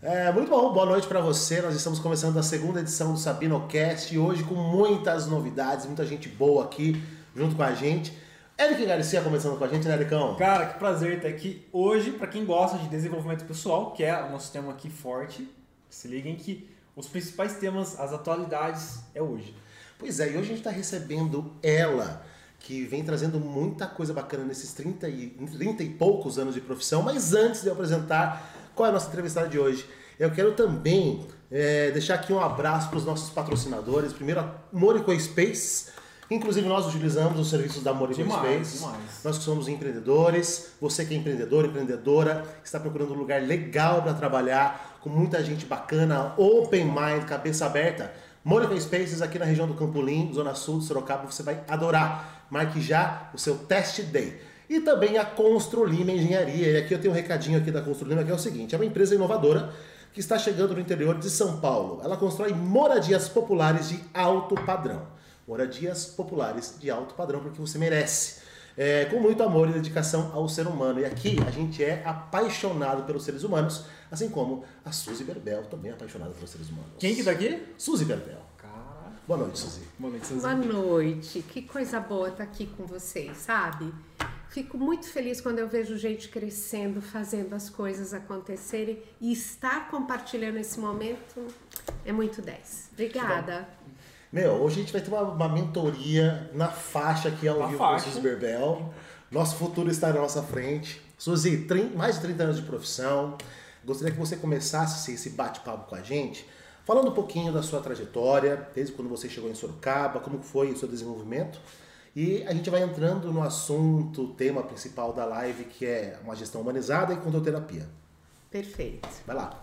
Muito bom, boa noite para você. Nós estamos começando a segunda edição do SabinoCast e hoje com muitas novidades, muita gente boa aqui junto com a gente. Eric Garcia começando com a gente, né, Ericão? Cara, que prazer estar aqui hoje. Para quem gosta de desenvolvimento pessoal, que é o nosso tema aqui forte, se liguem que os principais temas, as atualidades, é hoje. Pois é, e hoje a gente está recebendo ela, que vem trazendo muita coisa bacana nesses 30 e poucos anos de profissão. Mas antes de eu apresentar qual é a nossa entrevistada de hoje, eu quero também deixar aqui um abraço para os nossos patrocinadores. Primeiro, a Morico Space. Inclusive, nós utilizamos os serviços da Morico Space. Demais. Nós que somos empreendedores, você que é empreendedor, empreendedora, que está procurando um lugar legal para trabalhar, com muita gente bacana, open mind, cabeça aberta. Morico Spaces aqui na região do Campolim, Zona Sul de Sorocaba, você vai adorar. Marque já o seu test day. E também a Construlima Engenharia. E aqui eu tenho um recadinho aqui da Construlima, que é o seguinte: é uma empresa inovadora que está chegando no interior de São Paulo. Ela constrói moradias populares de alto padrão. Moradias populares de alto padrão, porque você merece. Com muito amor e dedicação ao ser humano. E aqui a gente é apaixonado pelos seres humanos, assim como a Suzy Berbel também é apaixonada pelos seres humanos. Quem que tá aqui? Suzy Berbel. Cara. Boa noite, Suzy. Boa noite, Suzy. Boa noite. Que coisa boa estar aqui com vocês, sabe? Fico muito feliz quando eu vejo gente crescendo, fazendo as coisas acontecerem e estar compartilhando esse momento é muito 10. Obrigada. Hoje a gente vai ter uma mentoria na faixa aqui ao vivo com a Suzy Berbel. Nosso futuro está na nossa frente. Suzy, mais de 30 anos de profissão. Gostaria que você começasse esse bate-papo com a gente, falando um pouquinho da sua trajetória, desde quando você chegou em Sorocaba, como foi o seu desenvolvimento. E a gente vai entrando no assunto, o tema principal da live, que é uma gestão humanizada e condoterapia. Perfeito. Vai lá.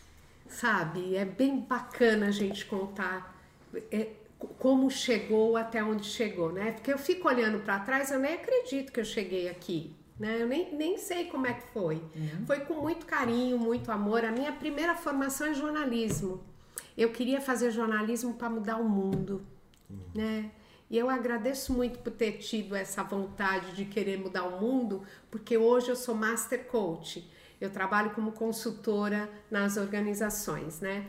Sabe, é bem bacana a gente contar como chegou até onde chegou, né? Porque eu fico olhando para trás, eu nem acredito que eu cheguei aqui, né? Eu nem sei como é que foi. Foi com muito carinho, muito amor. A minha primeira formação é jornalismo. Eu queria fazer jornalismo para mudar o mundo, né? E eu agradeço muito por ter tido essa vontade de querer mudar o mundo, porque hoje eu sou Master Coach. Eu trabalho como consultora nas organizações, né?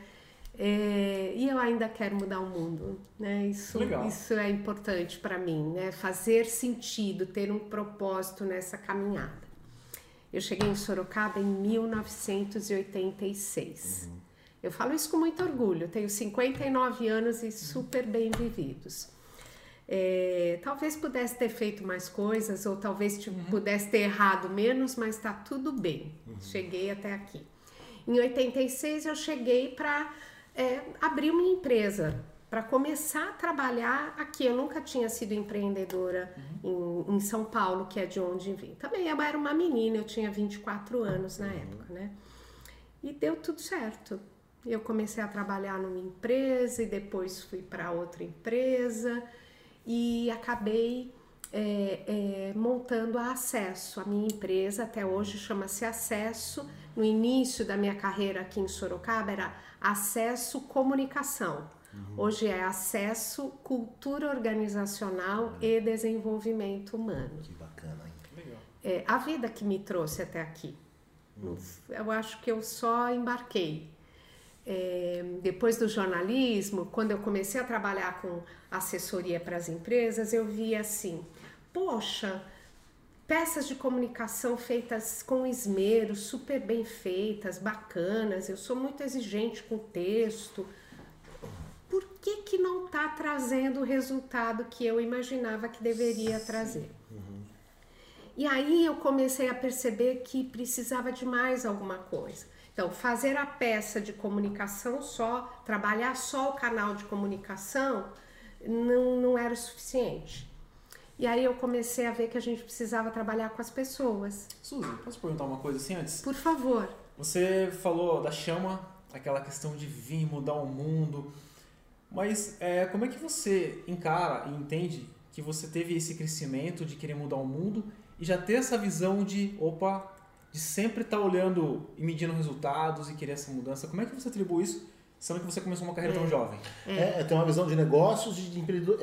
E eu ainda quero mudar o mundo, né? Isso é importante para mim, né? Fazer sentido, ter um propósito nessa caminhada. Eu cheguei em Sorocaba em 1986. Eu falo isso com muito orgulho. Eu tenho 59 anos e super bem vividos. Talvez pudesse ter feito mais coisas, ou talvez pudesse ter errado menos, mas tá tudo bem. Cheguei até aqui. Em 86 eu cheguei para abrir uma empresa, para começar a trabalhar aqui. Eu nunca tinha sido empreendedora em São Paulo, que é de onde vim. Também eu era uma menina, eu tinha 24 anos na época, né? E deu tudo certo. Eu comecei a trabalhar numa empresa e depois fui para outra empresa. E acabei montando a Acesso. A minha empresa até hoje chama-se Acesso. No início da minha carreira aqui em Sorocaba era Acesso Comunicação. Hoje é Acesso Cultura Organizacional e Desenvolvimento Humano. Que bacana, hein? Legal. A vida que me trouxe até aqui. Eu acho que eu só embarquei. Depois do jornalismo, quando eu comecei a trabalhar com assessoria para as empresas, eu vi assim, poxa, peças de comunicação feitas com esmero, super bem feitas, bacanas, eu sou muito exigente com texto, por que não está trazendo o resultado que eu imaginava que deveria trazer? E aí eu comecei a perceber que precisava de mais alguma coisa. Então, fazer a peça de comunicação só, trabalhar só o canal de comunicação, não era o suficiente. E aí eu comecei a ver que a gente precisava trabalhar com as pessoas. Suzy, posso perguntar uma coisa assim antes? Por favor. Você falou da chama, aquela questão de vir mudar o mundo, mas como é que você encara e entende que você teve esse crescimento de querer mudar o mundo e já ter essa visão de sempre estar olhando e medindo resultados e querer essa mudança? Como é que você atribui isso, sendo que você começou uma carreira tão jovem? Tem uma visão de negócios, de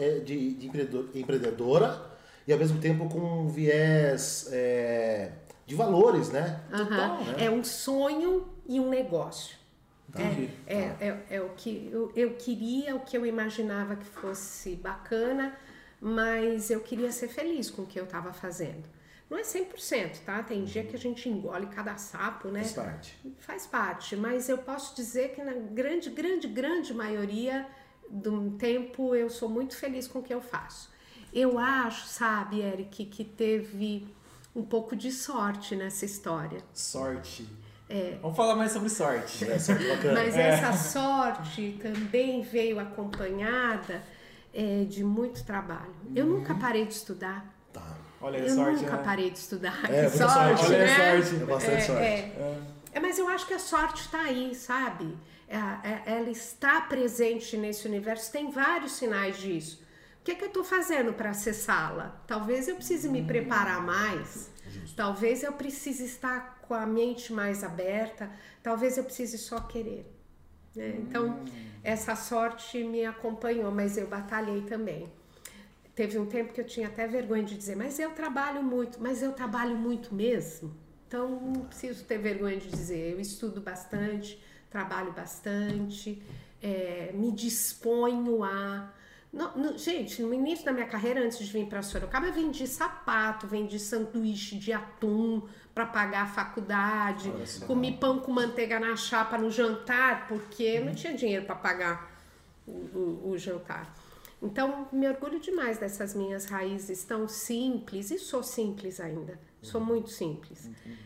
empreendedora e ao mesmo tempo com um viés de valores, né? Total, né? É um sonho e um negócio. Entendi. É o que eu queria, o que eu imaginava que fosse bacana, mas eu queria ser feliz com o que eu estava fazendo. Não é 100%, tá? Tem dia que a gente engole cada sapo, né? Faz parte. Faz parte, mas eu posso dizer que na grande maioria do tempo eu sou muito feliz com o que eu faço. Eu acho, sabe, Eric, que teve um pouco de sorte nessa história. Sorte. Vamos falar mais sobre sorte. Sorte bacana. Mas essa sorte também veio acompanhada de muito trabalho. Eu nunca parei de estudar. Tá. Olha a Eu sorte, nunca né? parei de estudar. Muita Que sorte, sorte. Olha né? a sorte. É bastante sorte. Mas eu acho que a sorte está aí, sabe? Ela está presente nesse universo. Tem vários sinais disso. O que é que eu estou fazendo para acessá-la? Talvez eu precise me preparar mais. Justo. Talvez eu precise estar com a mente mais aberta. Talvez eu precise só querer. Né? Então, essa sorte me acompanhou, mas eu batalhei também. Teve um tempo que eu tinha até vergonha de dizer, mas eu trabalho muito mesmo. Então, não preciso ter vergonha de dizer. Eu estudo bastante, trabalho bastante, me disponho a... Gente, no início da minha carreira, antes de vir para Sorocaba, eu vendi sapato, vendi sanduíche de atum para pagar a faculdade, comi pão com manteiga na chapa no jantar, porque eu não tinha dinheiro para pagar o jantar. Então, me orgulho demais dessas minhas raízes tão simples, e sou simples ainda, sou muito simples.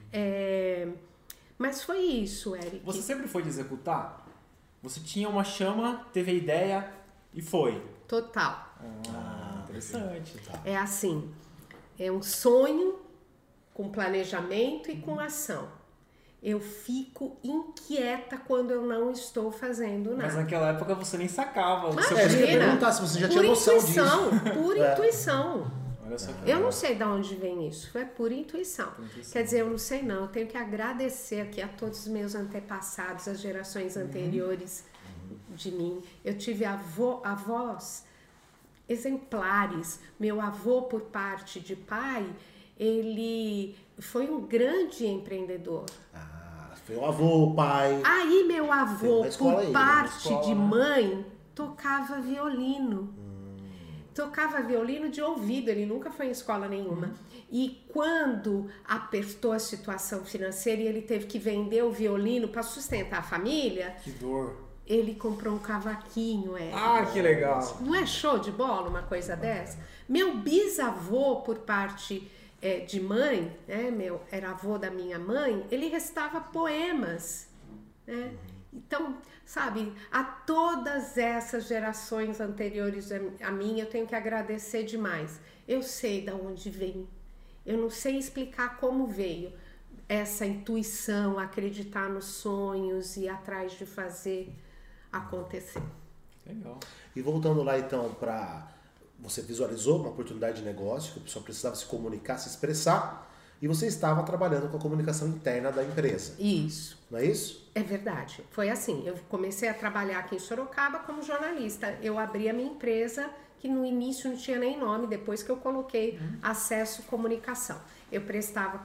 Mas foi isso, Eric. Você sempre foi de executar? Você tinha uma chama, teve a ideia e foi? Total. Interessante. É assim, é um sonho com planejamento e com ação. Eu fico inquieta quando eu não estou fazendo nada. Mas naquela época você nem sacava. Mas Eu ia perguntar se você já tinha noção disso. Por intuição. Olha só que Eu não legal. sei de onde vem isso, é por intuição. Quer dizer, eu não sei não, eu tenho que agradecer aqui a todos os meus antepassados, as gerações anteriores de mim. Eu tive avós exemplares. Meu avô, por parte de pai, ele foi um grande empreendedor. Foi o avô, o pai. Aí meu avô, Tem uma escola por aí, parte uma escola, de né? mãe, tocava violino. Tocava violino de ouvido, ele nunca foi em escola nenhuma. E quando apertou a situação financeira e ele teve que vender o violino para sustentar a família, Que dor. ele comprou um cavaquinho. Que legal. Não é show de bola uma coisa dessa? Meu bisavô, por parte de mãe, né, era avô da minha mãe, ele recitava poemas, né? Então, sabe, a todas essas gerações anteriores a mim, eu tenho que agradecer demais. Eu sei de onde vem, eu não sei explicar como veio essa intuição, acreditar nos sonhos e ir atrás de fazer acontecer. Legal. E voltando lá então para... Você visualizou uma oportunidade de negócio, que a pessoa precisava se comunicar, se expressar, e você estava trabalhando com a comunicação interna da empresa. Isso. Não é isso? É verdade. Foi assim, eu comecei a trabalhar aqui em Sorocaba como jornalista. Eu abri a minha empresa, que no início não tinha nem nome, depois que eu coloquei Acesso Comunicação. Eu prestava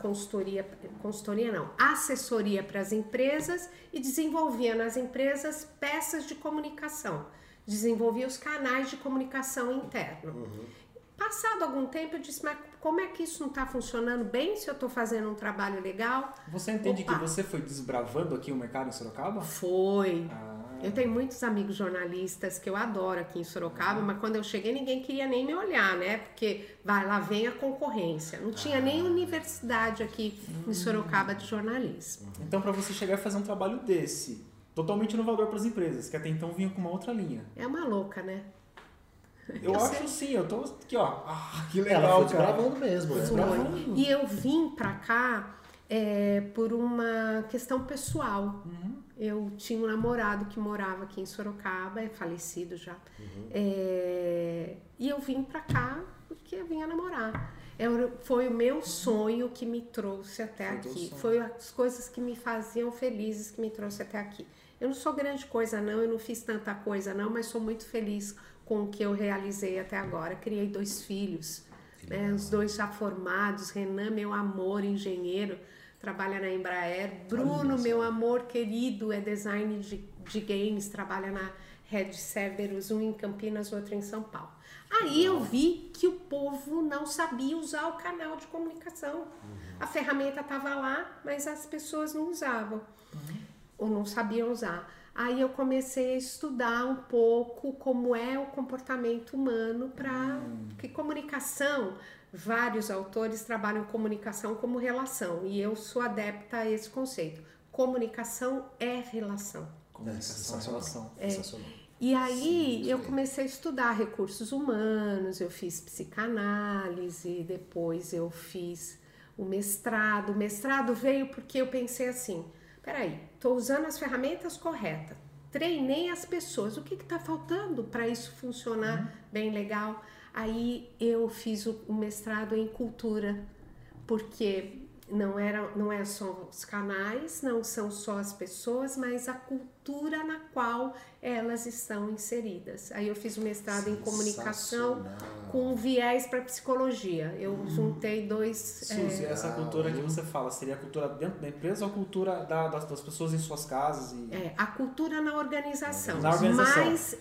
assessoria para as empresas e desenvolvia nas empresas peças de comunicação. Desenvolvia os canais de comunicação interno. Passado algum tempo, eu disse, mas como é que isso não está funcionando bem se eu estou fazendo um trabalho legal? Você entende Opa. que você foi desbravando aqui o mercado em Sorocaba? Foi. Eu tenho muitos amigos jornalistas que eu adoro aqui em Sorocaba, mas quando eu cheguei ninguém queria nem me olhar, né? Porque lá vem a concorrência. Não tinha nem universidade aqui em Sorocaba de jornalismo. Então, para você chegar e fazer um trabalho desse, totalmente inovador para as empresas, que até então vinham com uma outra linha. É uma louca, né? Eu acho sei. sim, eu tô aqui, ó. Que legal, Ela foi cara. desbravando mesmo, né? Foi. E eu vim pra cá por uma questão pessoal. Eu tinha um namorado que morava aqui em Sorocaba, é falecido já. E eu vim pra cá porque eu vinha namorar. Foi o meu sonho que me trouxe até aqui. Foi as coisas que me faziam felizes que me trouxe até aqui. Eu não sou grande coisa não, eu não fiz tanta coisa não, mas sou muito feliz com o que eu realizei até agora. Criei 2 filhos, né? Os 2 já formados, Renan, meu amor, engenheiro, trabalha na Embraer. Bruno, meu amor querido, é design de games, trabalha na Red Cerberus, um em Campinas, outro em São Paulo. Aí eu vi que o povo não sabia usar o canal de comunicação. A ferramenta estava lá, mas as pessoas não usavam. Ou não sabiam usar. Aí eu comecei a estudar um pouco como é o comportamento humano porque comunicação, vários autores trabalham comunicação como relação, e eu sou adepta a esse conceito. Comunicação é relação. Comunicação é relação. Sensacional. E aí eu comecei a estudar recursos humanos, eu fiz psicanálise, depois eu fiz o mestrado. O mestrado veio porque eu pensei assim, peraí, estou usando as ferramentas corretas, treinei as pessoas, o que está faltando para isso funcionar bem legal? Aí eu fiz o mestrado em cultura, porque não é só os canais, não são só as pessoas, mas a cultura na qual elas estão inseridas. Aí eu fiz o mestrado em comunicação com viés para psicologia. Eu juntei dois... Suzy, essa cultura que você fala, seria a cultura dentro da empresa ou a cultura das pessoas em suas casas? A cultura na organização. Na organização. Mas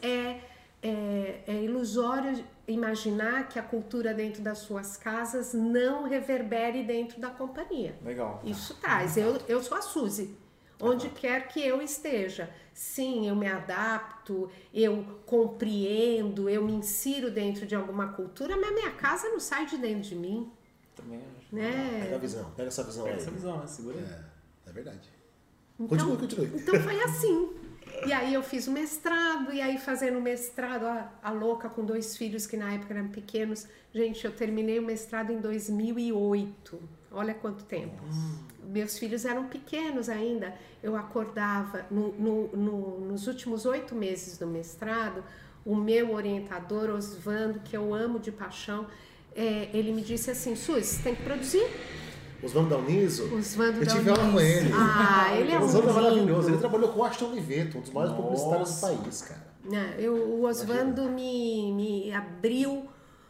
é ilusório imaginar que a cultura dentro das suas casas não reverbere dentro da companhia. Legal. Isso traz. Eu sou a Suzy. Onde quer que eu esteja. Sim, eu me adapto, eu compreendo, eu me insiro dentro de alguma cultura, mas minha casa não sai de dentro de mim. Também acho. Né? Pega a visão, pega essa visão Pega aí. essa visão, né? Segura aí. É verdade. Então, Continue. Então foi assim. E aí eu fiz o mestrado, e aí fazendo o mestrado, a louca com 2 filhos que na época eram pequenos. Gente, eu terminei o mestrado em 2008. Olha quanto tempo. Meus filhos eram pequenos ainda. Eu acordava, nos últimos 8 meses do mestrado, o meu orientador, Osvando, que eu amo de paixão, ele me disse assim, Suzy, você tem que produzir. Osvando Dalnizo? Osvando Eu tive aula com ele. Ele é Osvando é lindo. maravilhoso. Ele trabalhou com o Ashton Oliveto, um dos maiores publicitários do país, cara. O Osvando me abriu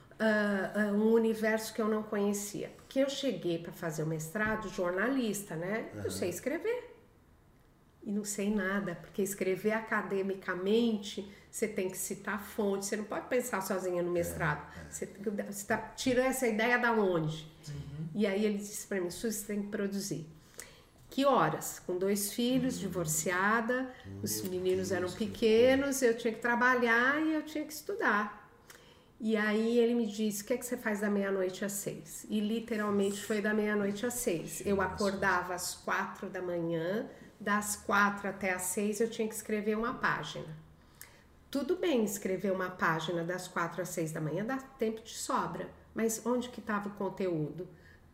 um universo que eu não conhecia. Porque eu cheguei para fazer o mestrado jornalista, né? Eu sei escrever. E não sei nada, porque escrever academicamente, você tem que citar fontes, você não pode pensar sozinha no mestrado. Você tirou essa ideia da onde? E aí ele disse para mim, Suzy, você tem que produzir. Que horas? Com 2 filhos, divorciada, os meninos eram pequenos, eu tinha que trabalhar e eu tinha que estudar. E aí ele me disse, o que é que você faz da meia-noite às 6? E literalmente foi da meia-noite às 6. Eu acordava às 4 da manhã, das 4 até às 6 eu tinha que escrever uma página. Tudo bem escrever uma página das 4 às 6 da manhã, dá tempo de sobra. Mas onde que estava o conteúdo?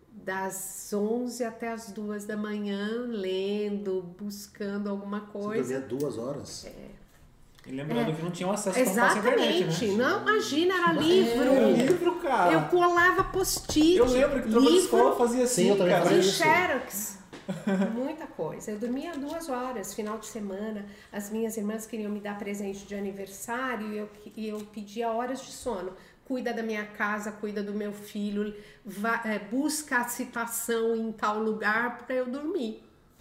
Das 11 até as 2 da manhã, lendo, buscando alguma coisa. Você dormia 2 horas? E lembrando que não tinha acesso tão fácil à Exatamente. internet, né? Não, imagina, era livro. Era livro, cara. Eu colava post-it. Eu lembro que trabalhando na escola fazia assim, Sim, eu também cara. fazia E isso. xerox. Muita coisa. Eu dormia 2 horas, final de semana. As minhas irmãs queriam me dar presente de aniversário e eu pedia horas de sono. Cuida da minha casa, cuida do meu filho, busca a situação em tal lugar para eu dormir.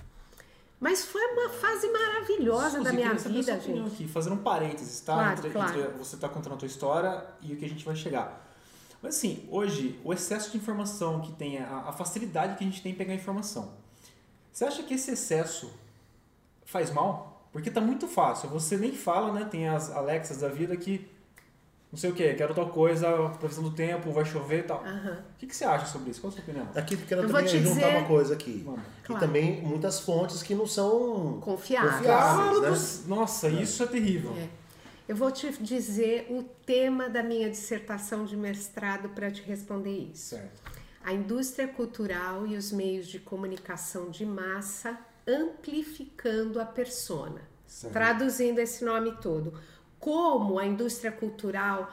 Mas foi uma fase maravilhosa Suzy, da minha queria saber vida, sua opinião gente. aqui, fazendo um parênteses, tá? Claro. Entre você tá contando a tua história e o que a gente vai chegar. Mas assim, hoje, o excesso de informação que tem, a facilidade que a gente tem em pegar informação. Você acha que esse excesso faz mal? Porque tá muito fácil. Você nem fala, né? Tem as Alexas da vida que não sei o que, quero tal coisa, previsão do tempo, vai chover e tal. O que você acha sobre isso? Qual a sua opinião? Aqui quero Eu também vou te juntar dizer- uma coisa aqui. Vamos. E Claro. também muitas fontes que não são Confiáveis. confiáveis, né? Nossa, isso é terrível. Eu vou te dizer o tema da minha dissertação de mestrado para te responder isso. Certo. A indústria cultural e os meios de comunicação de massa amplificando a persona. Certo. Traduzindo esse nome todo. Como a indústria cultural,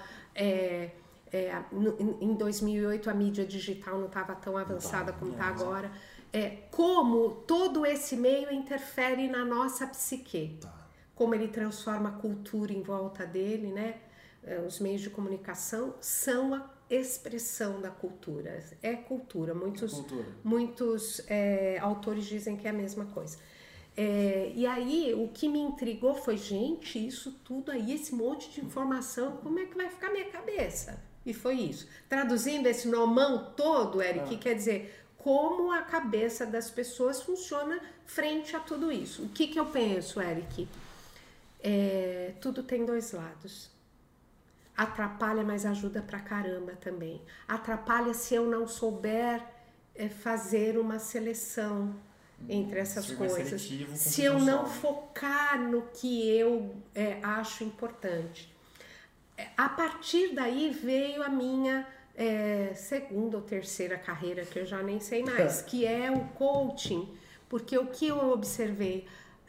em 2008 a mídia digital não estava tão avançada como está agora, como todo esse meio interfere na nossa psique. Como ele transforma a cultura em volta dele, né? os meios de comunicação são a expressão da cultura. É cultura. Muitos autores dizem que é a mesma coisa. E aí, o que me intrigou foi, gente, isso tudo aí, esse monte de informação, como é que vai ficar minha cabeça? E foi isso. Traduzindo esse nomão todo, Eric, quer dizer, como a cabeça das pessoas funciona frente a tudo isso. O que eu penso, Eric? Tudo tem dois lados. Atrapalha, mas ajuda pra caramba também. Atrapalha se eu não souber fazer uma seleção entre essas coisas. Se eu não focar no que eu acho importante. A partir daí veio a minha segunda ou terceira carreira, que eu já nem sei mais, que é o coaching. Porque o que eu observei...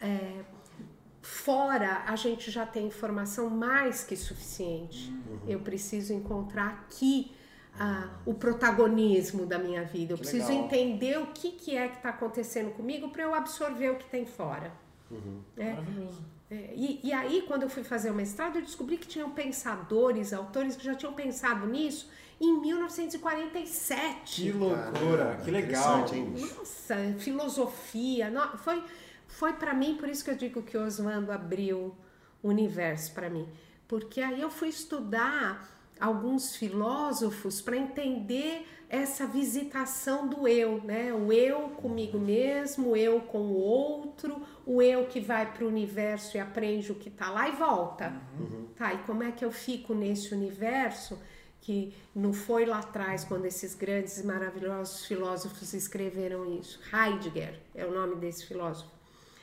Fora, a gente já tem informação mais que suficiente. Eu preciso encontrar aqui o protagonismo da minha vida. Eu preciso entender o que é que está acontecendo comigo para eu absorver o que tem fora. Maravilhoso. E aí, quando eu fui fazer o mestrado, eu descobri que tinham pensadores, autores que já tinham pensado nisso em 1947. Que loucura, que legal. Nossa, filosofia. Foi para mim, por isso que eu digo que o Oswando abriu o universo para mim. Porque aí eu fui estudar alguns filósofos para entender essa visitação do eu, né? O eu comigo mesmo, o eu com o outro, o eu que vai para o universo e aprende o que está lá e volta. Tá, e como é que eu fico nesse universo que não foi lá atrás quando esses grandes e maravilhosos filósofos escreveram isso? Heidegger é o nome desse filósofo.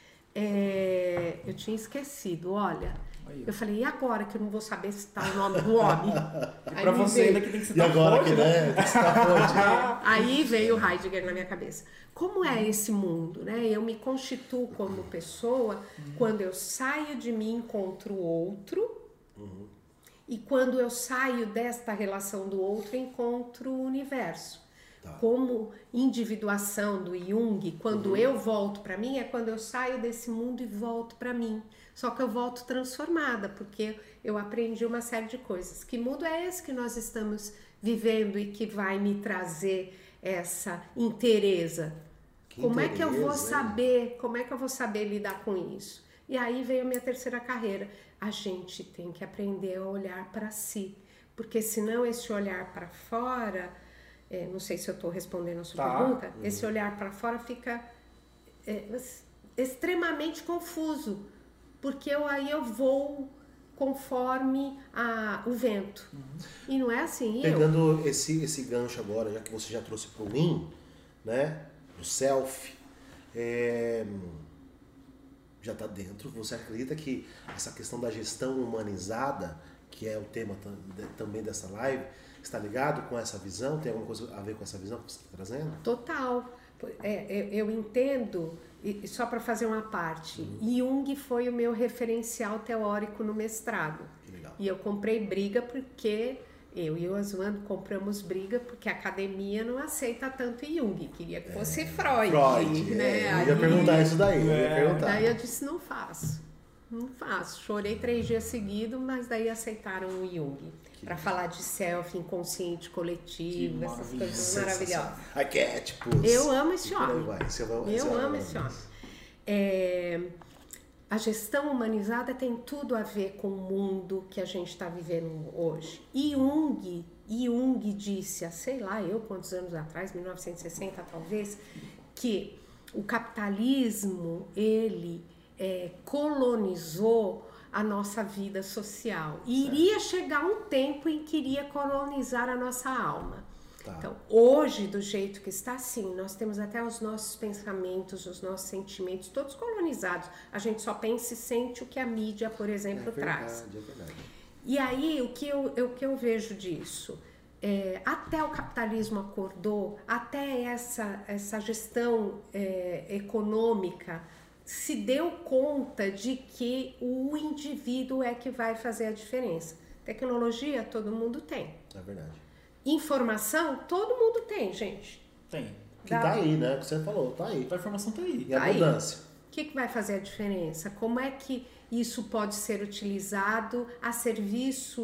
Eu tinha esquecido, olha. Eu falei, e agora que eu não vou saber citar o nome do homem? Pra você ainda que tem que citar fonte, né? Tem que citar fonte. Aí veio o Heidegger na minha cabeça. Como é esse mundo, né? Eu me constituo como pessoa quando eu saio de mim, encontro o outro. E quando eu saio desta relação do outro, encontro o universo. Como individuação do Jung, quando eu volto para mim, é quando eu saio desse mundo e volto para mim. Só que eu volto transformada, porque eu aprendi uma série de coisas. Que mundo é esse que nós estamos vivendo e que vai me trazer essa inteireza? Como é que eu vou saber? Como é que eu vou saber lidar com isso? E aí veio a minha terceira carreira. A gente tem que aprender a olhar para si, porque senão esse olhar para fora... não sei se eu estou respondendo a sua pergunta, esse olhar para fora fica extremamente confuso, porque aí eu vou conforme o vento. E não é assim. Pegando esse gancho agora, já que você já trouxe para o Lean, né, o self, já está dentro. Você acredita que essa questão da gestão humanizada, que é o tema também dessa live, está ligado com essa visão? Tem alguma coisa a ver com essa visão que você está trazendo? Total. Eu entendo, e só para fazer uma parte, Jung foi o meu referencial teórico no mestrado. Que legal. E eu comprei briga porque eu e o Oswando compramos briga porque a academia não aceita tanto Jung, queria que fosse Freud. Né? Eu ia perguntar isso daí. Daí eu disse, não faço. Chorei 3 dias seguidos, mas daí aceitaram o Jung. Para falar de self, inconsciente coletivo, essas coisas maravilhosas. Arquétipos. Eu amo esse homem. Eu amo esse homem. A gestão humanizada tem tudo a ver com o mundo que a gente está vivendo hoje. E Jung disse, há sei lá eu quantos anos atrás, 1960 talvez, que o capitalismo, ele colonizou a nossa vida social. E iria chegar um tempo em que iria colonizar a nossa alma. Então, hoje, do jeito que está, sim, nós temos até os nossos pensamentos, os nossos sentimentos, todos colonizados. A gente só pensa e sente o que a mídia, por exemplo, traz. É verdade. E aí, o que eu vejo disso? Até o capitalismo acordou, até essa gestão econômica se deu conta de que o indivíduo é que vai fazer a diferença. Tecnologia, todo mundo tem. É verdade. Informação, todo mundo tem, gente. Tem. Que tá aí, né? O que você falou, tá aí. A informação tá aí. E a abundância. O que vai fazer a diferença? Como é que isso pode ser utilizado a serviço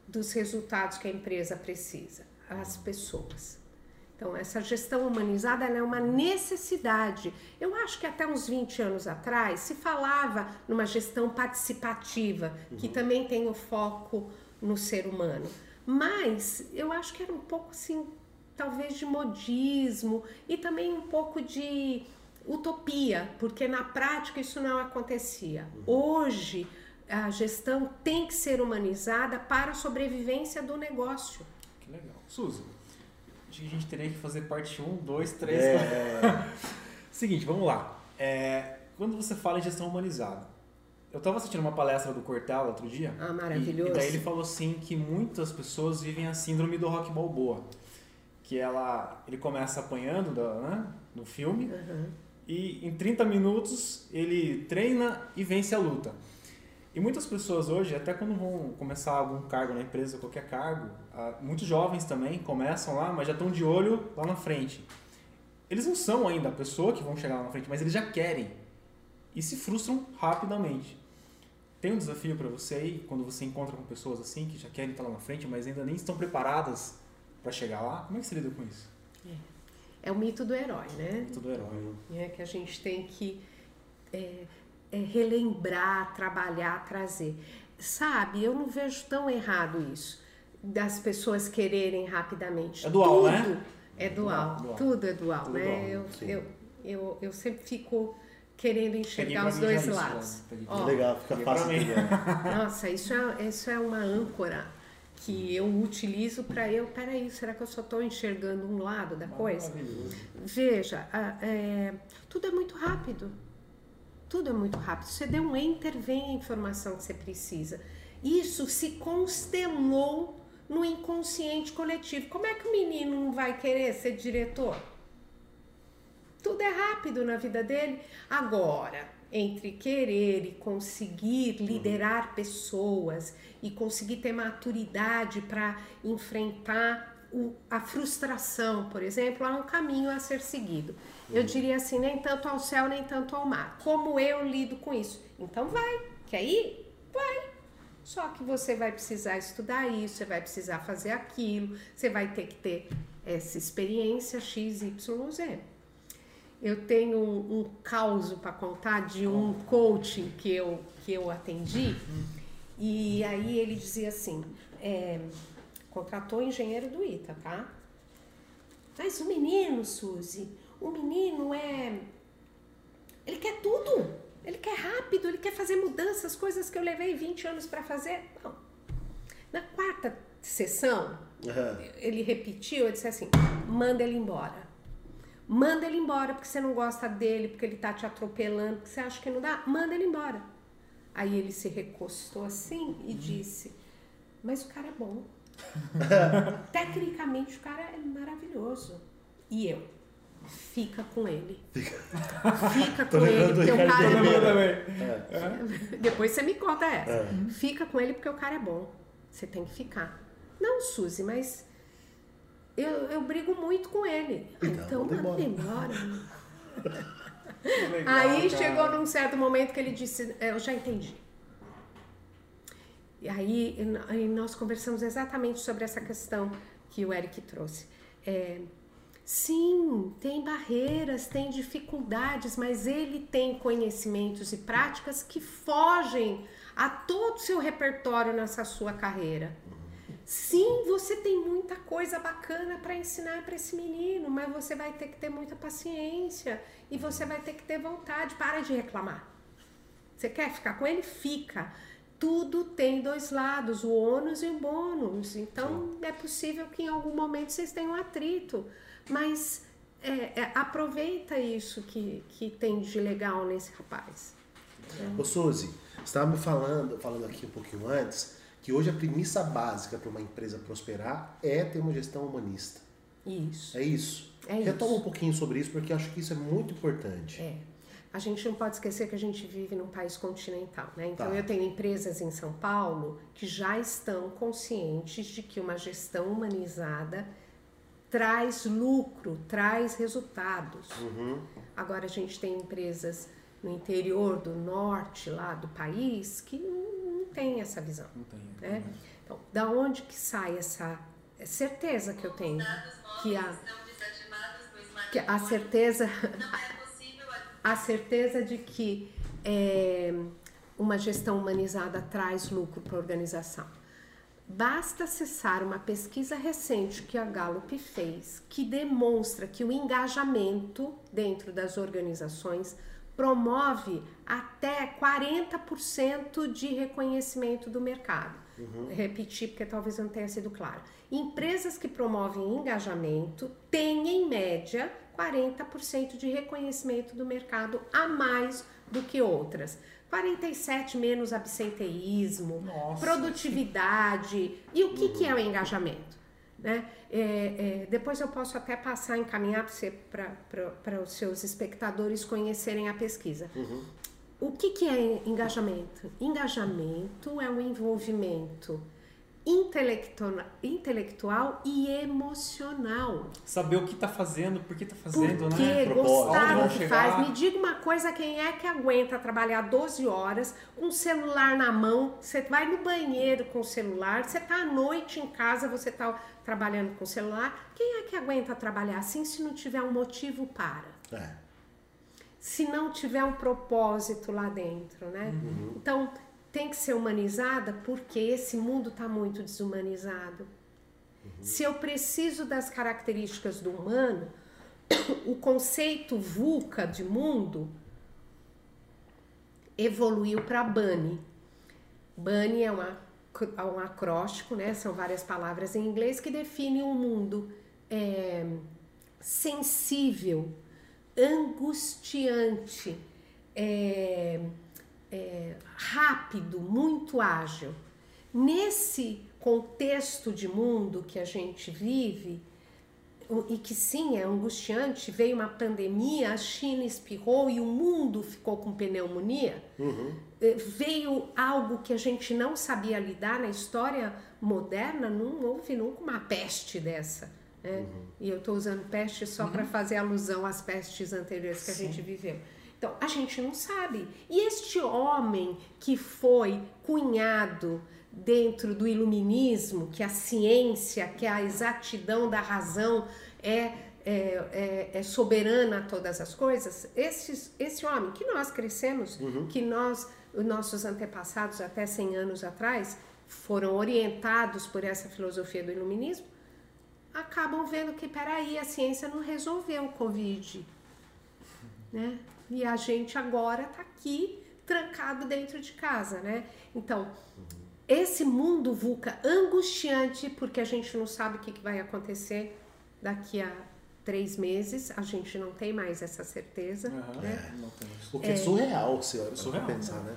dos resultados que a empresa precisa? As pessoas. Então, essa gestão humanizada ela é uma necessidade. Eu acho que até uns 20 anos atrás se falava numa gestão participativa, que também tem o foco no ser humano. Mas eu acho que era um pouco assim, talvez de modismo e também um pouco de utopia, porque na prática isso não acontecia. Hoje, a gestão tem que ser humanizada para a sobrevivência do negócio. Que legal. Suzy, acho que a gente teria que fazer parte 1, 2, 3. Seguinte, vamos lá. Quando você fala em gestão humanizada, eu estava assistindo uma palestra do Cortella outro dia. Ah, maravilhoso. E daí ele falou assim que muitas pessoas vivem a síndrome do Rocky Balboa. Que ele começa apanhando no filme e em 30 minutos ele treina e vence a luta. E muitas pessoas hoje, até quando vão começar algum cargo na empresa, qualquer cargo, muitos jovens também começam lá, mas já estão de olho lá na frente. Eles não são ainda a pessoa que vão chegar lá na frente, mas eles já querem e se frustram rapidamente. Tem um desafio para você aí, quando você encontra com pessoas assim, que já querem estar lá na frente, mas ainda nem estão preparadas para chegar lá? Como é que você lida com isso? É o mito do herói, né? O mito do herói. Que a gente tem que relembrar, trabalhar, trazer. Sabe, eu não vejo tão errado isso, das pessoas quererem rapidamente. É dual, tudo né? É dual. Tudo é dual, tudo né? Dual, eu sempre fico querendo enxergar os dois lados. Legal, fica fácil de entender. Nossa, isso é uma âncora que eu utilizo para peraí, será que eu só estou enxergando um lado da coisa? Veja, tudo é muito rápido. Tudo é muito rápido. Você deu um enter, vem a informação que você precisa. Isso se constelou no inconsciente coletivo. Como é que o menino não vai querer ser diretor? Tudo é rápido na vida dele. Agora, entre querer e conseguir liderar pessoas e conseguir ter maturidade para enfrentar a frustração, por exemplo, há um caminho a ser seguido. Eu diria assim, nem tanto ao céu, nem tanto ao mar. Como eu lido com isso? Então vai. Quer ir? Vai. Só que você vai precisar estudar isso, você vai precisar fazer aquilo, você vai ter que ter essa experiência X, Y, Z. Eu tenho um caso para contar de um coaching que eu atendi, e aí ele dizia assim, contratou engenheiro do ITA, tá? Mas o menino, Suzy, o menino ele quer tudo, ele quer rápido, ele quer fazer mudanças, coisas que eu levei 20 anos para fazer. Não. Na quarta sessão, ele repetiu, eu disse assim, manda ele embora. Manda ele embora porque você não gosta dele, porque ele tá te atropelando, porque você acha que não dá. Manda ele embora. Aí ele se recostou assim e disse, mas o cara é bom. Tecnicamente o cara é maravilhoso. E eu? Fica com ele. Fica com ele, porque o cara é bom. Depois você me conta essa. Fica com ele porque o cara é bom. Você tem que ficar. Não, Suzy, mas eu brigo muito com ele. Então manda ele embora. Legal, aí chegou num certo momento que ele disse, eu já entendi. E aí nós conversamos exatamente sobre essa questão que o Eric trouxe. Sim, tem barreiras, tem dificuldades, mas ele tem conhecimentos e práticas que fogem a todo o seu repertório nessa sua carreira. Sim, você tem muita coisa bacana para ensinar para esse menino, mas você vai ter que ter muita paciência e você vai ter que ter vontade. Para de reclamar. Você quer ficar com ele? Fica. Tudo tem dois lados, o ônus e o bônus. Então, é possível que em algum momento vocês tenham um atrito. Mas aproveita isso que tem de legal nesse rapaz. Ô Suzy, você estava me falando aqui um pouquinho antes, que hoje a premissa básica para uma empresa prosperar é ter uma gestão humanista. Isso. É isso? Retoma um pouquinho sobre isso, porque eu acho que isso é muito importante. A gente não pode esquecer que a gente vive num país continental, né? Então eu tenho empresas em São Paulo que já estão conscientes de que uma gestão humanizada traz lucro, traz resultados. Agora a gente tem empresas no interior do norte lá do país que não tem essa visão. Não tem, né? Então, da onde que sai essa certeza que eu tenho? Que a certeza, a certeza de que uma gestão humanizada traz lucro para a organização. Basta acessar uma pesquisa recente que a Gallup fez, que demonstra que o engajamento dentro das organizações promove até 40% de reconhecimento do mercado. Repetir porque talvez não tenha sido claro. Empresas que promovem engajamento têm, em média, 40% de reconhecimento do mercado a mais do que outras. 47 menos absenteísmo, produtividade. E o que é o engajamento? Né? Depois eu posso até passar, encaminhar para os seus espectadores conhecerem a pesquisa. O que é engajamento? Engajamento é um envolvimento intelectual e emocional. Saber o que está fazendo, por que está fazendo, porque né? Gostar do que faz. Me diga uma coisa, quem é que aguenta trabalhar 12 horas com o celular na mão? Você vai no banheiro com o celular, você está à noite em casa, você está trabalhando com o celular. Quem é que aguenta trabalhar assim se não tiver um motivo para? Se não tiver um propósito lá dentro, né? Então, tem que ser humanizada porque esse mundo está muito desumanizado. Se eu preciso das características do humano, o conceito VUCA de mundo evoluiu para BANI. BANI é um acróstico, né? São várias palavras em inglês que definem um mundo sensível, angustiante, rápido, muito ágil. Nesse contexto de mundo que a gente vive, e que sim, é angustiante, veio uma pandemia, a China espirrou e o mundo ficou com pneumonia, veio algo que a gente não sabia lidar na história moderna, não houve nunca uma peste dessa. Né? E eu estou usando peste só para fazer alusão às pestes anteriores que a gente viveu. Então, a gente não sabe. E este homem que foi cunhado dentro do iluminismo, que a ciência, que a exatidão da razão é soberana a todas as coisas, esse homem que nós crescemos, que os nossos antepassados até 100 anos atrás foram orientados por essa filosofia do iluminismo, acabam vendo que, peraí, a ciência não resolveu o Covid, né? E a gente agora está aqui trancado dentro de casa, né? Então, esse mundo VUCA angustiante, porque a gente não sabe o que vai acontecer daqui a 3 meses, a gente não tem mais essa certeza. Né? O que é surreal, se olha para pensar, né?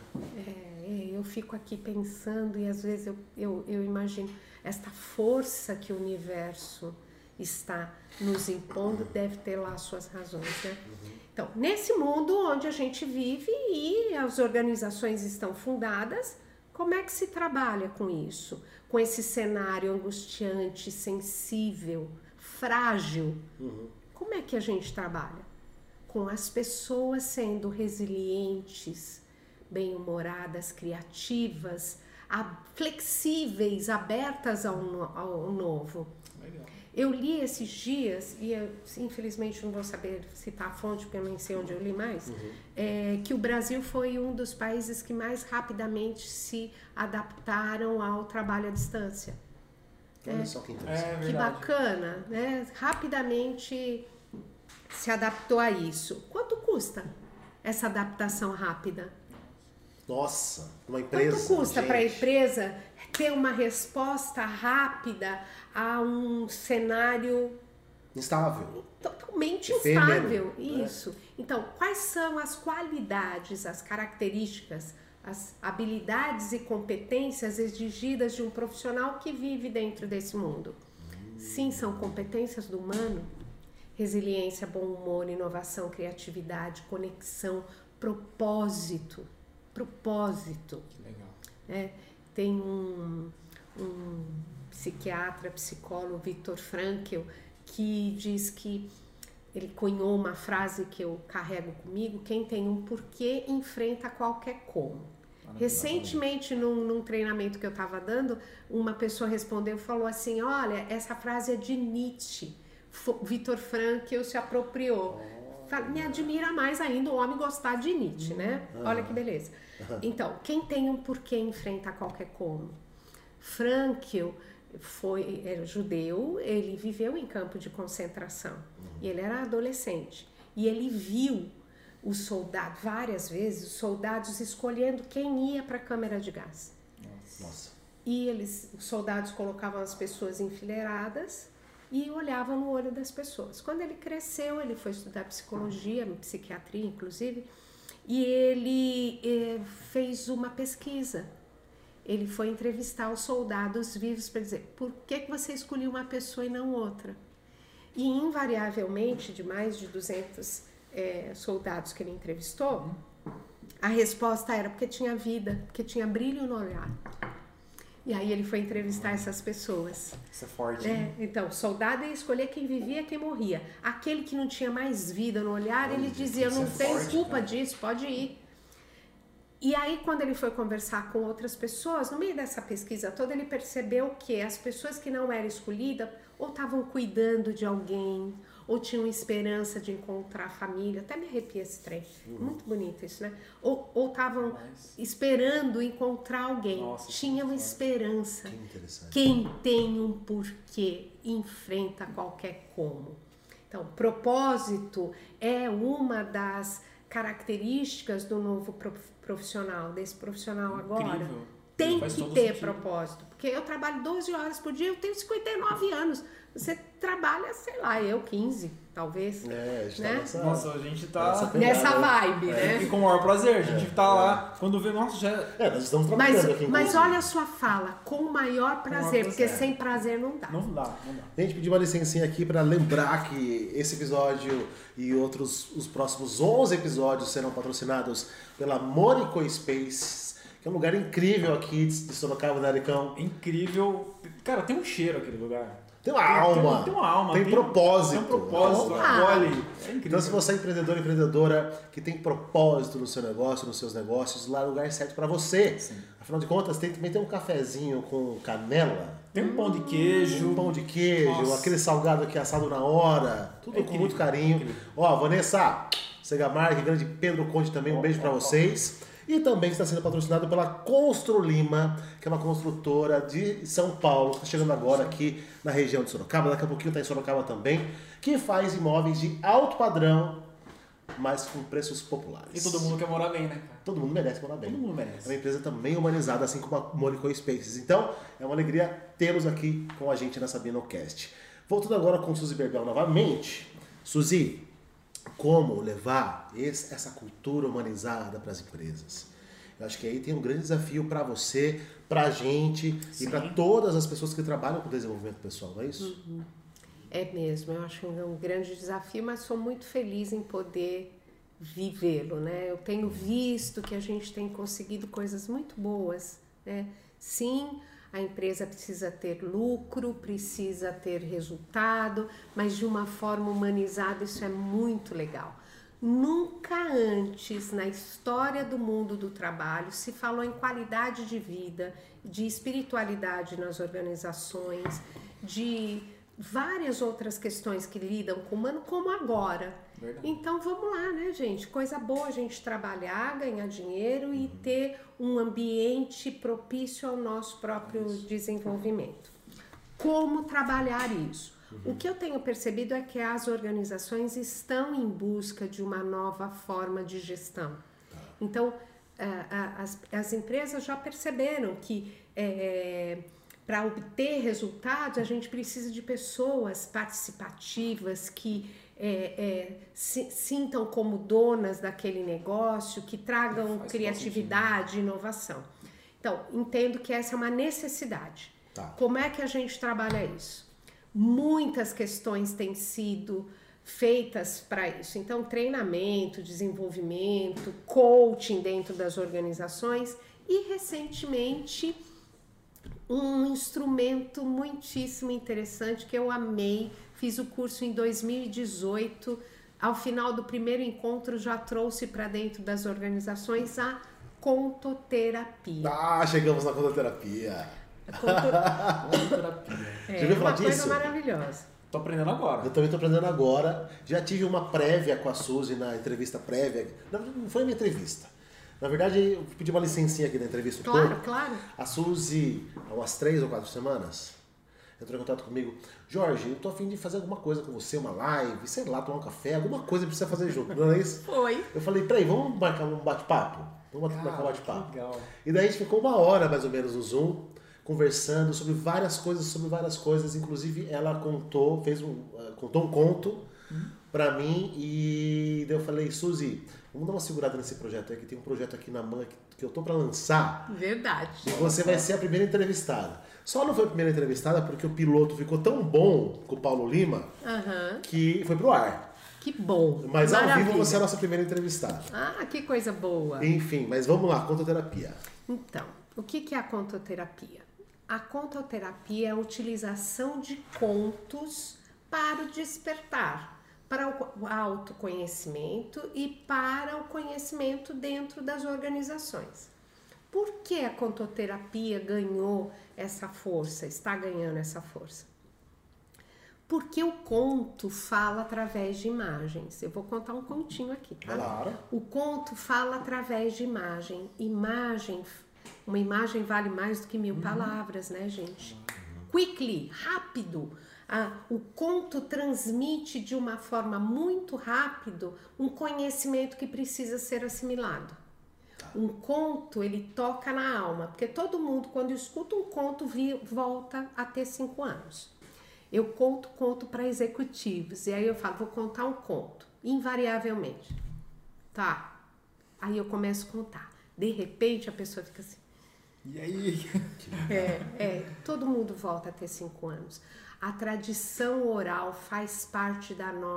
Eu fico aqui pensando e às vezes eu imagino esta força que o universo está nos impondo, deve ter lá suas razões, né? Então, nesse mundo onde a gente vive e as organizações estão fundadas, como é que se trabalha com isso? Com esse cenário angustiante, sensível, frágil. Como é que a gente trabalha? Com as pessoas sendo resilientes, bem-humoradas, criativas, flexíveis, abertas ao novo. Legal. Eu li esses dias, e eu, infelizmente não vou saber citar a fonte, porque eu nem sei onde eu li mais, que o Brasil foi um dos países que mais rapidamente se adaptaram ao trabalho à distância. Olha só que interessante. Que bacana, né? Rapidamente se adaptou a isso. Quanto custa essa adaptação rápida? Nossa, uma empresa. Quanto custa para a empresa ter uma resposta rápida a um cenário instável? Totalmente efêmero, instável. Isso. Então, quais são as qualidades, as características, as habilidades e competências exigidas de um profissional que vive dentro desse mundo? Sim, são competências do humano. Resiliência, bom humor, inovação, criatividade, conexão, propósito. Que legal. Tem um psiquiatra, psicólogo, Viktor Frankl, que diz que ele cunhou uma frase que eu carrego comigo: quem tem um porquê enfrenta qualquer como. Recentemente, num treinamento que eu estava dando, uma pessoa respondeu e falou assim, olha, essa frase é de Nietzsche. Viktor Frankl se apropriou. Me admira mais ainda o homem gostar de Nietzsche, né? Olha que beleza. Então, quem tem um porquê enfrenta qualquer como. Frankl era judeu, ele viveu em campo de concentração. E ele era adolescente. E ele viu os soldados, várias vezes, os soldados escolhendo quem ia para a câmara de gás. Nossa. E os soldados colocavam as pessoas enfileiradas e olhavam no olho das pessoas. Quando ele cresceu, ele foi estudar psicologia, psiquiatria, inclusive, e ele fez uma pesquisa. Ele foi entrevistar os soldados vivos para dizer, por que você escolheu uma pessoa e não outra? E invariavelmente, de mais de 200 soldados que ele entrevistou, a resposta era porque tinha vida, porque tinha brilho no olhar. E aí ele foi entrevistar essas pessoas. Isso é forte, né? Então, o soldado ia escolher quem vivia e quem morria. Aquele que não tinha mais vida no olhar, ele dizia, eu não tenho culpa disso, pode ir. E aí, quando ele foi conversar com outras pessoas, no meio dessa pesquisa toda, ele percebeu que as pessoas que não eram escolhidas ou estavam cuidando de alguém, ou tinham esperança de encontrar a família. Até me arrepia esse trem. Muito bonito isso, né? Ou estavam esperando encontrar alguém. Nossa, tinham esperança. Que interessante. Quem tem um porquê enfrenta qualquer como. Então, propósito é uma das características do novo profissional, desse profissional agora. Incrível. Tem Faz que todo ter sentido. propósito, porque eu trabalho 12 horas por dia, eu tenho 59 anos. Você trabalha, sei lá, eu 15, talvez. A gente né? tá nessa... Nossa, a gente tá... Nessa vibe, né? E com o maior prazer, a gente tá lá, quando vê, nossa, já... nós estamos trabalhando aqui. Mas inclusive. olha a sua fala, com o maior prazer, porque sem prazer não dá. Não dá. A gente pediu uma licencinha aqui para lembrar que esse episódio e os próximos 11 episódios serão patrocinados pela Mônico Space, que é um lugar incrível aqui de Sorocaba, né, Aricão? Incrível. Cara, tem um cheiro aquele lugar. Tem uma alma. Tem uma alma. Tem propósito. Tem um propósito. Opa! Olha, é incrível. Então, se você é empreendedor ou empreendedora que tem propósito no seu negócio, nos seus negócios, lá é o lugar certo para você. Sim. Afinal de contas, também tem um cafezinho com canela, Tem um pão de queijo. um pão de queijo, Nossa. aquele salgado aqui assado na hora, tudo com Incrível, muito carinho. incrível. Ó, Vanessa Segamarque, grande Pedro Conte também, um beijo para vocês. E também está sendo patrocinado pela Constru Lima, que é uma construtora de São Paulo, que está chegando agora aqui na região de Sorocaba, daqui a pouquinho está em Sorocaba também, que faz imóveis de alto padrão, mas com preços populares. E todo mundo quer morar bem, né, cara? Todo mundo merece morar bem. Todo mundo É merece. uma empresa também humanizada, assim como a Mônico Spaces. Então, é uma alegria tê-los aqui com a gente nessa BinoCast. Voltando agora com Suzy Berbel novamente. Suzy, como levar essa cultura humanizada para as empresas? Eu acho que aí tem um grande desafio para você, para a gente e para todas as pessoas que trabalham com desenvolvimento pessoal, não é isso? É mesmo, eu acho um grande desafio, mas sou muito feliz em poder vivê-lo, né? Eu tenho visto que a gente tem conseguido coisas muito boas, né? Sim, a empresa precisa ter lucro, precisa ter resultado, mas de uma forma humanizada, isso é muito legal. Nunca antes na história do mundo do trabalho se falou em qualidade de vida, de espiritualidade nas organizações, de várias outras questões que lidam com o humano, como agora. Verdade. Então vamos lá, né, gente? Coisa boa a gente trabalhar, ganhar dinheiro e ter um ambiente propício ao nosso próprio desenvolvimento. Como trabalhar isso? O que eu tenho percebido é que as organizações estão em busca de uma nova forma de gestão. Então, as empresas já perceberam que para obter resultados a gente precisa de pessoas participativas que se sintam como donas daquele negócio, que tragam criatividade e inovação. Então, entendo que essa é uma necessidade. Tá. Como é que a gente trabalha isso? Muitas questões têm sido feitas para isso. Então, treinamento, desenvolvimento, coaching dentro das organizações e, recentemente, um instrumento muitíssimo interessante que eu amei. Fiz o curso em 2018. Ao final do primeiro encontro, já trouxe para dentro das organizações a contoterapia. Ah, chegamos na contoterapia. Contoterapia. É Já ouviu falar uma coisa disso? maravilhosa. Tô aprendendo agora. Eu também tô aprendendo agora. Já tive uma prévia com a Suzy na entrevista prévia. Não foi minha entrevista. Na verdade, eu pedi uma licencinha aqui na entrevista. Claro, claro. A Suzy, há umas 3 ou 4 semanas, entrou em contato comigo. Jorge, eu tô a fim de fazer alguma coisa com você, uma live, sei lá, tomar um café, alguma coisa que precisa fazer junto, não é isso? Foi. Eu falei, peraí, vamos marcar um bate-papo? Vamos marcar um Que bate-papo. legal. E daí a gente ficou 1 hora mais ou menos no Zoom, conversando sobre várias coisas, inclusive ela contou um conto pra mim e daí eu falei, Suzy, vamos dar uma segurada nesse projeto aí, que tem um projeto aqui na mão que eu tô pra lançar Verdade. e você vai ser a primeira entrevistada. Só não foi a primeira entrevistada porque o piloto ficou tão bom com o Paulo Lima Aham. que foi pro ar. Que bom. Mas ao Maravilha. vivo você é a nossa primeira entrevistada. Ah, que coisa boa. Enfim, mas vamos lá, contoterapia. Então, o que é a contoterapia? A contoterapia é a utilização de contos para o despertar, para o autoconhecimento e para o conhecimento dentro das organizações. Por que a contoterapia ganhou essa força, está ganhando essa força? Porque o conto fala através de imagens. Eu vou contar um continho aqui, tá? Claro. O conto fala através de imagem. Uma imagem vale mais do que 1000 palavras, né, gente? Quickly, rápido. O conto transmite de uma forma muito rápida um conhecimento que precisa ser assimilado. Um conto, ele toca na alma, porque todo mundo, quando escuta um conto, volta a ter 5 anos. Eu conto para executivos, e aí eu falo, vou contar um conto, invariavelmente. Tá, aí eu começo a contar. De repente, a pessoa fica assim. E aí? Todo mundo volta a ter 5 anos. A tradição oral faz parte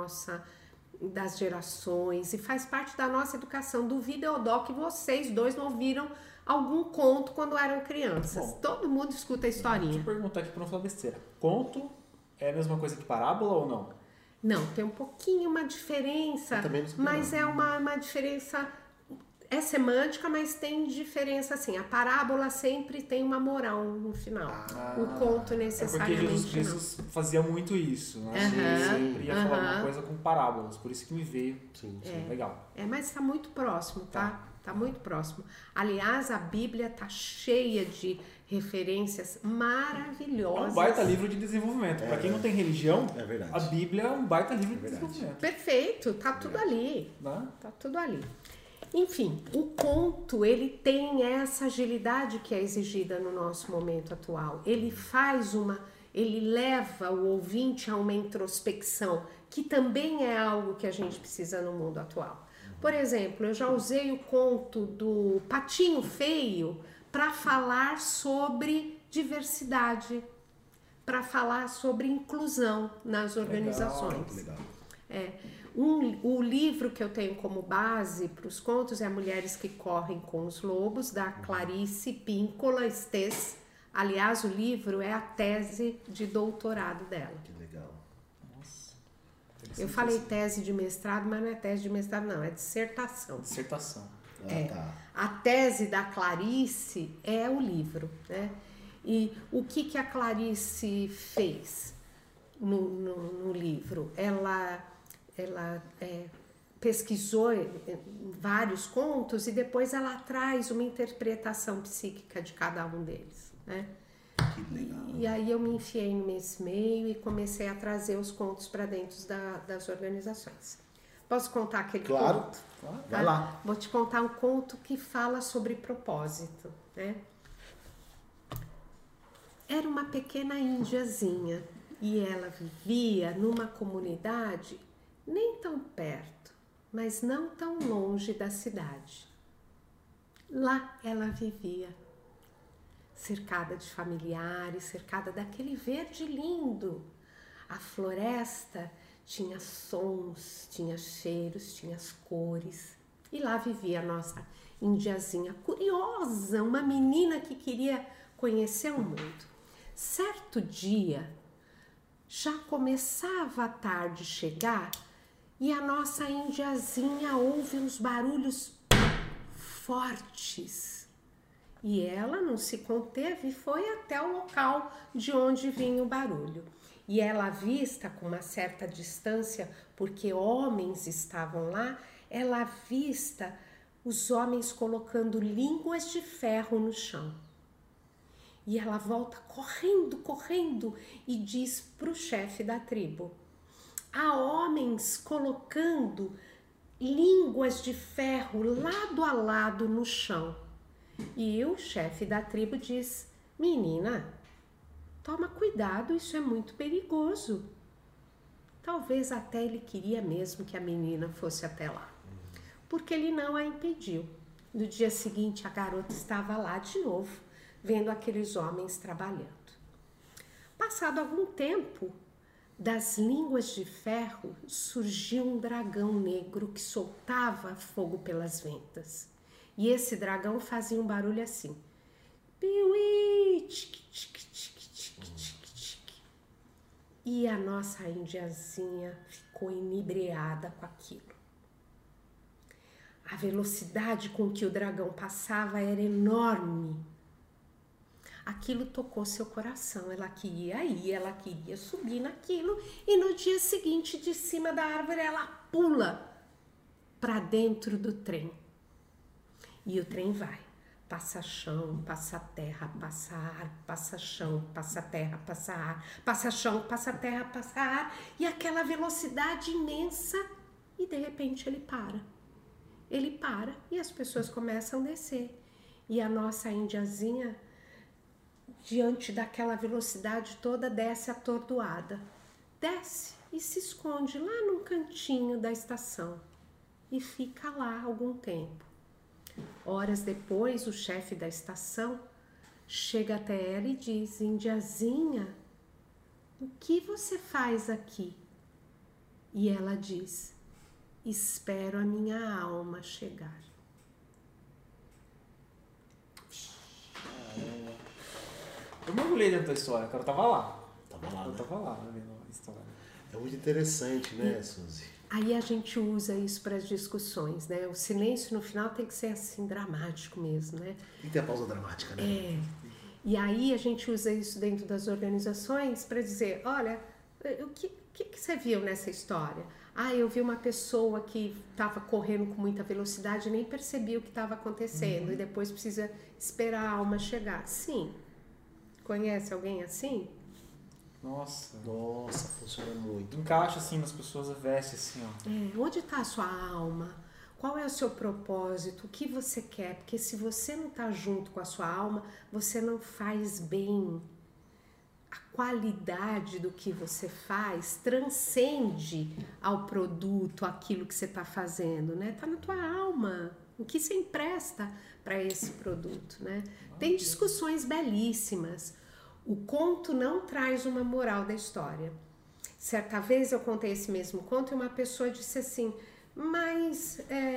das gerações e faz parte da nossa educação. Duvido eu dó que vocês dois não ouviram algum conto quando eram crianças. Bom, todo mundo escuta a Deixa historinha. eu perguntar aqui pra não falar besteira. Conto é a mesma coisa que parábola ou não? Não, tem um pouquinho uma diferença, Eu também não sabia, mas não. é uma diferença, é semântica, mas tem diferença assim. A parábola sempre tem uma moral no final. O conto É porque necessariamente Jesus fazia muito isso, né? Aham, Ele sempre ia falar aham. uma coisa com parábolas, por isso que me veio. Sim. Legal. não. Mas está muito próximo, tá? Tá muito próximo. Aliás, a Bíblia tá cheia de referências É maravilhosas. um baita livro de desenvolvimento. Pra quem não tem religião, É verdade. a Bíblia é um baita livro de verdade. desenvolvimento. Perfeito, tá tudo ali. Né? Tá tudo ali. Enfim, o conto, ele tem essa agilidade que é exigida no nosso momento atual. Ele leva o ouvinte a uma introspecção, que também é algo que a gente precisa no mundo atual. Por exemplo, eu já usei o conto do Patinho Feio para falar sobre diversidade, para falar sobre inclusão nas organizações. Legal. O livro que eu tenho como base para os contos é Mulheres que Correm com os Lobos, da Clarice Píncola Estes. Aliás, o livro é a tese de doutorado dela. Que legal. Nossa. Eu falei tese de mestrado, mas não é tese de mestrado, não, é dissertação. Dissertação. Tá. A tese da Clarice é o livro, né? E o que a Clarice fez no livro? Ela pesquisou vários contos e depois ela traz uma interpretação psíquica de cada um deles, né? Que legal. E aí eu me enfiei nesse meio e comecei a trazer os contos para dentro das organizações. Posso contar aquele Claro. conto? Vai lá. Vou te contar um conto que fala sobre propósito, né? Era uma pequena índiazinha e ela vivia numa comunidade nem tão perto, mas não tão longe da cidade. Lá ela vivia, cercada de familiares, cercada daquele verde lindo. A floresta tinha sons, tinha cheiros, tinha as cores. E lá vivia a nossa indiazinha curiosa, uma menina que queria conhecer o mundo. Certo dia, já começava a tarde chegar e a nossa indiazinha ouve uns barulhos fortes. E ela não se conteve e foi até o local de onde vinha o barulho. E ela, vista com uma certa distância, porque homens estavam lá, ela avista os homens colocando línguas de ferro no chão. E ela volta correndo e diz para o chefe da tribo: há homens colocando línguas de ferro lado a lado no chão. E o chefe da tribo diz: menina, toma cuidado, isso é muito perigoso. Talvez até ele queria mesmo que a menina fosse até lá, porque ele não a impediu. No dia seguinte, a garota estava lá de novo, vendo aqueles homens trabalhando. Passado algum tempo, das línguas de ferro surgiu um dragão negro que soltava fogo pelas ventas. E esse dragão fazia um barulho assim: piuí, tic, tic, tic, tic, tic, tic. E a nossa indiazinha ficou inebriada com aquilo. A velocidade com que o dragão passava era enorme. Aquilo tocou seu coração, ela queria ir, ela queria subir naquilo, e no dia seguinte, de cima da árvore, ela pula para dentro do trem. E o trem vai, passa chão, passa terra, passa ar, passa chão, passa terra, passa ar, passa chão, passa terra, passa ar, e aquela velocidade imensa, e de repente ele para. Ele para e as pessoas começam a descer. E a nossa indiazinha, diante daquela velocidade toda, desce atordoada. Desce e se esconde lá num cantinho da estação. E fica lá algum tempo. Horas depois, o chefe da estação chega até ela e diz: indiazinha, o que você faz aqui? E ela diz: espero a minha alma chegar. Eu mergulhei dentro da história, cara. Eu tava lá. Eu tava lá vendo a história. É muito interessante, né, Suzy? Aí a gente usa isso para as discussões, né? O silêncio no final tem que ser assim, dramático mesmo, né? Tem que ter a pausa dramática, né? É. E aí a gente usa isso dentro das organizações para dizer: olha, o que você viu nessa história? Ah, eu vi uma pessoa que estava correndo com muita velocidade e nem percebia o que estava acontecendo, e depois precisa esperar a alma chegar. Sim. Conhece alguém assim? Nossa, funciona muito. encaixa assim nas pessoas, veste assim, ó. Onde está a sua alma? Qual é o seu propósito? O que você quer? Porque se você não está junto com a sua alma, você não faz bem. A qualidade do que você faz transcende ao produto, aquilo que você está fazendo, né? Está na tua alma. O que você empresta para esse produto, né? Tem discussões belíssimas. O conto não traz uma moral da história. Certa vez eu contei esse mesmo conto e uma pessoa disse assim: mas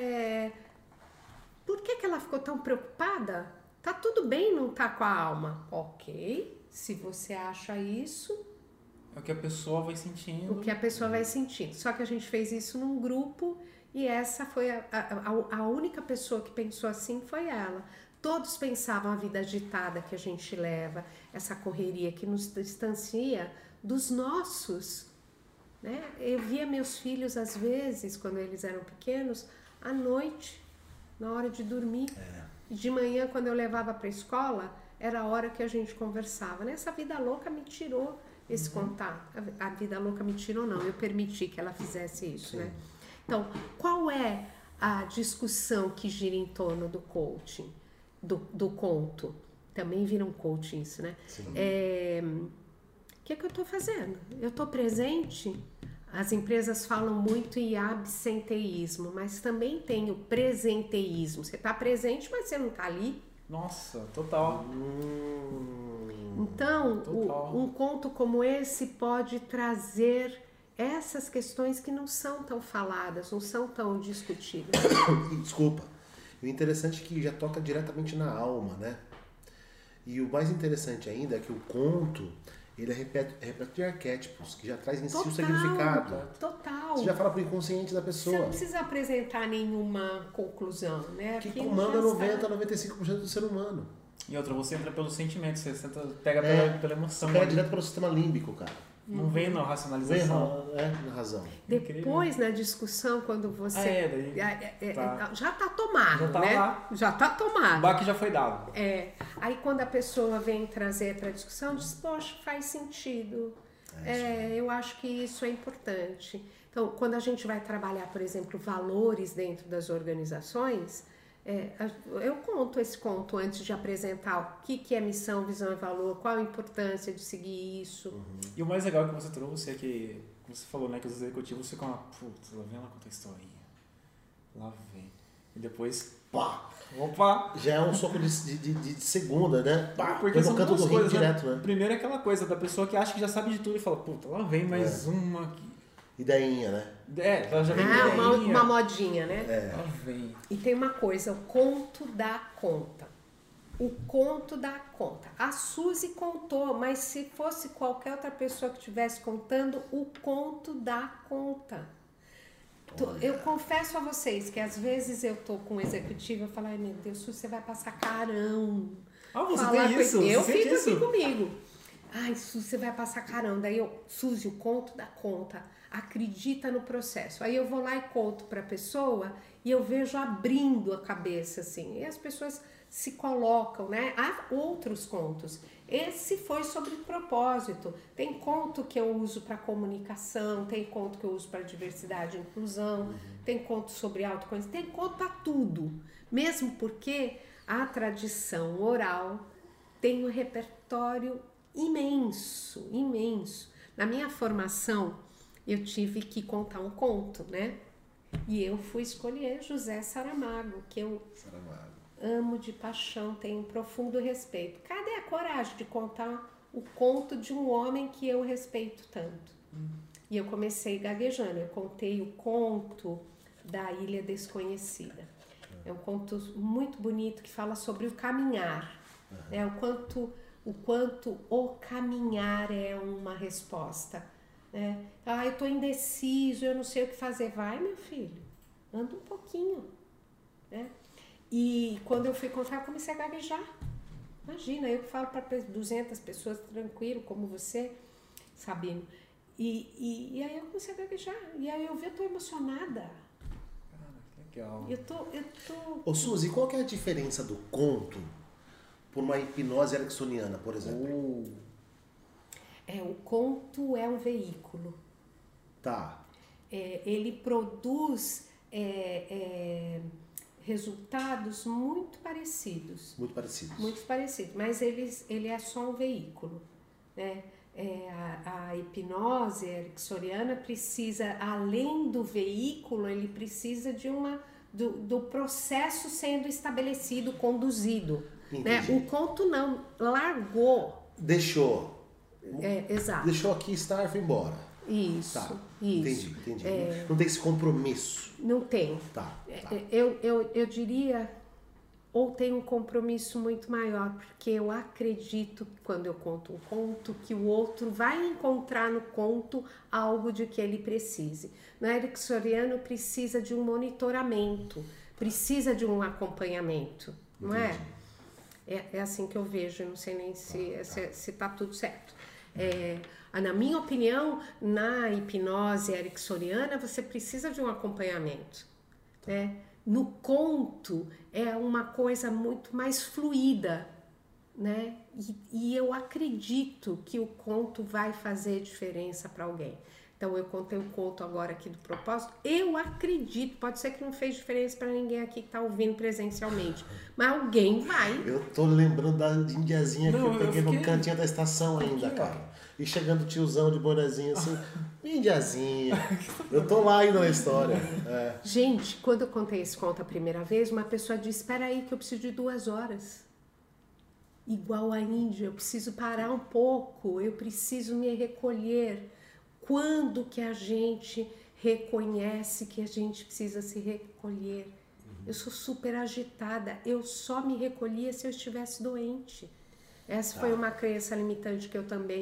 por que ela ficou tão preocupada? Tá tudo bem não tá com a alma. Ok, se você acha isso... É o que a pessoa vai sentindo. O que a pessoa vai sentindo. Só que a gente fez isso num grupo e essa foi a única pessoa que pensou assim, foi ela. Todos pensavam a vida agitada que a gente leva, essa correria que nos distancia dos nossos, né? Eu via meus filhos, às vezes, quando eles eram pequenos, à noite, na hora de dormir. E de manhã, quando eu levava para a escola, era a hora que a gente conversava. Essa vida louca me tirou esse contato. A vida louca me tirou, não. Eu permiti que ela fizesse isso, né? Então, qual é a discussão que gira em torno do coaching? Do conto, também vira um coaching isso, né? O que eu estou fazendo? Eu estou presente? As empresas falam muito em absenteísmo, mas também tem o presenteísmo. Você está presente, mas você não está ali. Nossa, total. Então, total. Um conto como esse pode trazer essas questões que não são tão faladas, não são tão discutidas. Desculpa. O interessante é que já toca diretamente na alma, né? E o mais interessante ainda é que o conto, ele é repleto de arquétipos, que já traz em si o Total, significado. Total. Você já fala pro inconsciente da Você pessoa. não precisa apresentar nenhuma conclusão, né? Que Aquilo comanda já 90-95% do ser humano. E outra, você entra pelo sentimento, você pega pela emoção. Pega ali. direto pelo sistema límbico, cara. Não vem na Vem racionalização. na razão. Depois, na discussão, quando você... Tá. Já tá tomado, Já tá né? lá. Já tá tomado. O baque já foi dado. Aí quando a pessoa vem trazer para a discussão, diz, poxa, faz sentido. Eu acho que isso é importante. Então, quando a gente vai trabalhar, por exemplo, valores dentro das organizações, eu conto esse conto antes de apresentar o que é missão, visão e valor, qual a importância de seguir isso. E o mais legal que você trouxe é que, como você falou, né, que os executivos ficam lá, putz, lá vem ela contar a historinha. Lá vem. E depois, pá! Opa! Já é um soco de segunda, né? Pá, porque são canto duas do ringue coisas, direto, né? Primeiro é aquela coisa da pessoa que acha que já sabe de tudo e fala, puta, lá vem mais uma aqui. Ideinha, né? Ela já vem Uma modinha, né? Lá vem. E tem uma coisa, o conto dá conta. O conto dá conta. A Suzy contou, mas se fosse qualquer outra pessoa que estivesse contando, o conto dá conta. Eu confesso a vocês que às vezes eu tô com um executivo e falo, ai meu Deus, Suzy, você vai passar carão. Você Falar tem com isso? ele. Eu Você fico sente assim isso? comigo. Ai, Suzy, você vai passar carão. Daí Suzy, o conto dá conta. Acredita no processo. Aí eu vou lá e conto para a pessoa e eu vejo abrindo a cabeça assim. E as pessoas se colocam, né? Há outros contos. Esse foi sobre propósito. Tem conto que eu uso para comunicação, tem conto que eu uso para diversidade e inclusão, tem conto sobre autoconhecimento, tem conto para tudo. Mesmo porque a tradição oral tem um repertório imenso, imenso. Na minha formação, eu tive que contar um conto, né? E eu fui escolher José Saramago, que eu amo de paixão, tenho um profundo respeito. Cadê a coragem de contar o conto de um homem que eu respeito tanto? E eu comecei gaguejando, eu contei o conto da Ilha Desconhecida. É um conto muito bonito que fala sobre o caminhar, né? O quanto o caminhar é uma resposta. Eu estou indeciso, eu não sei o que fazer. Vai, meu filho, anda um pouquinho, né? E quando eu fui contar, eu comecei a gaguejar. Imagina, eu que falo para 200 pessoas tranquilo, como você, Sabino. E aí eu comecei a gaguejar. E aí eu vi, eu tô emocionada. Cara, que legal. Eu tô... Ô Suzy, qual que é a diferença do conto por uma hipnose ericksoniana, por exemplo? O conto é um veículo. Tá. Ele produz resultados muito parecidos. Muito parecidos. Muito parecidos, mas ele é só um veículo, né? A hipnose ericksoniana precisa, além do veículo, ele precisa de do processo sendo estabelecido, conduzido. Né? O conto não, largou. Deixou. Exato. Deixou aqui estar e foi embora. Isso, tá. isso. Entendi. Não tem esse compromisso. Não tem. Tá. Eu diria, ou tem um compromisso muito maior, porque eu acredito, quando eu conto um conto, que o outro vai encontrar no conto algo de que ele precise. No ericksoniano precisa de um monitoramento, precisa de um acompanhamento, não é? É assim que eu vejo, não sei nem se tá tudo certo. Na minha opinião, na hipnose ericksoniana, você precisa de um acompanhamento, né? No conto é uma coisa muito mais fluida, né? E eu acredito que o conto vai fazer diferença para alguém. Então eu contei um conto agora aqui do propósito. Eu acredito, pode ser que não fez diferença para ninguém aqui que está ouvindo presencialmente, mas alguém vai. Eu tô lembrando da indiazinha que eu peguei no cantinho da estação ainda, cara. E chegando o tiozão de bonezinho assim, indiazinha. Eu tô lá ainda na história. Gente, quando eu contei esse conto a primeira vez, uma pessoa disse, espera aí que eu preciso de 2 horas. Igual a Índia, eu preciso parar um pouco, eu preciso me recolher. Quando que a gente reconhece que a gente precisa se recolher? Eu sou super agitada, eu só me recolhia se eu estivesse doente. Essa foi uma crença limitante que eu também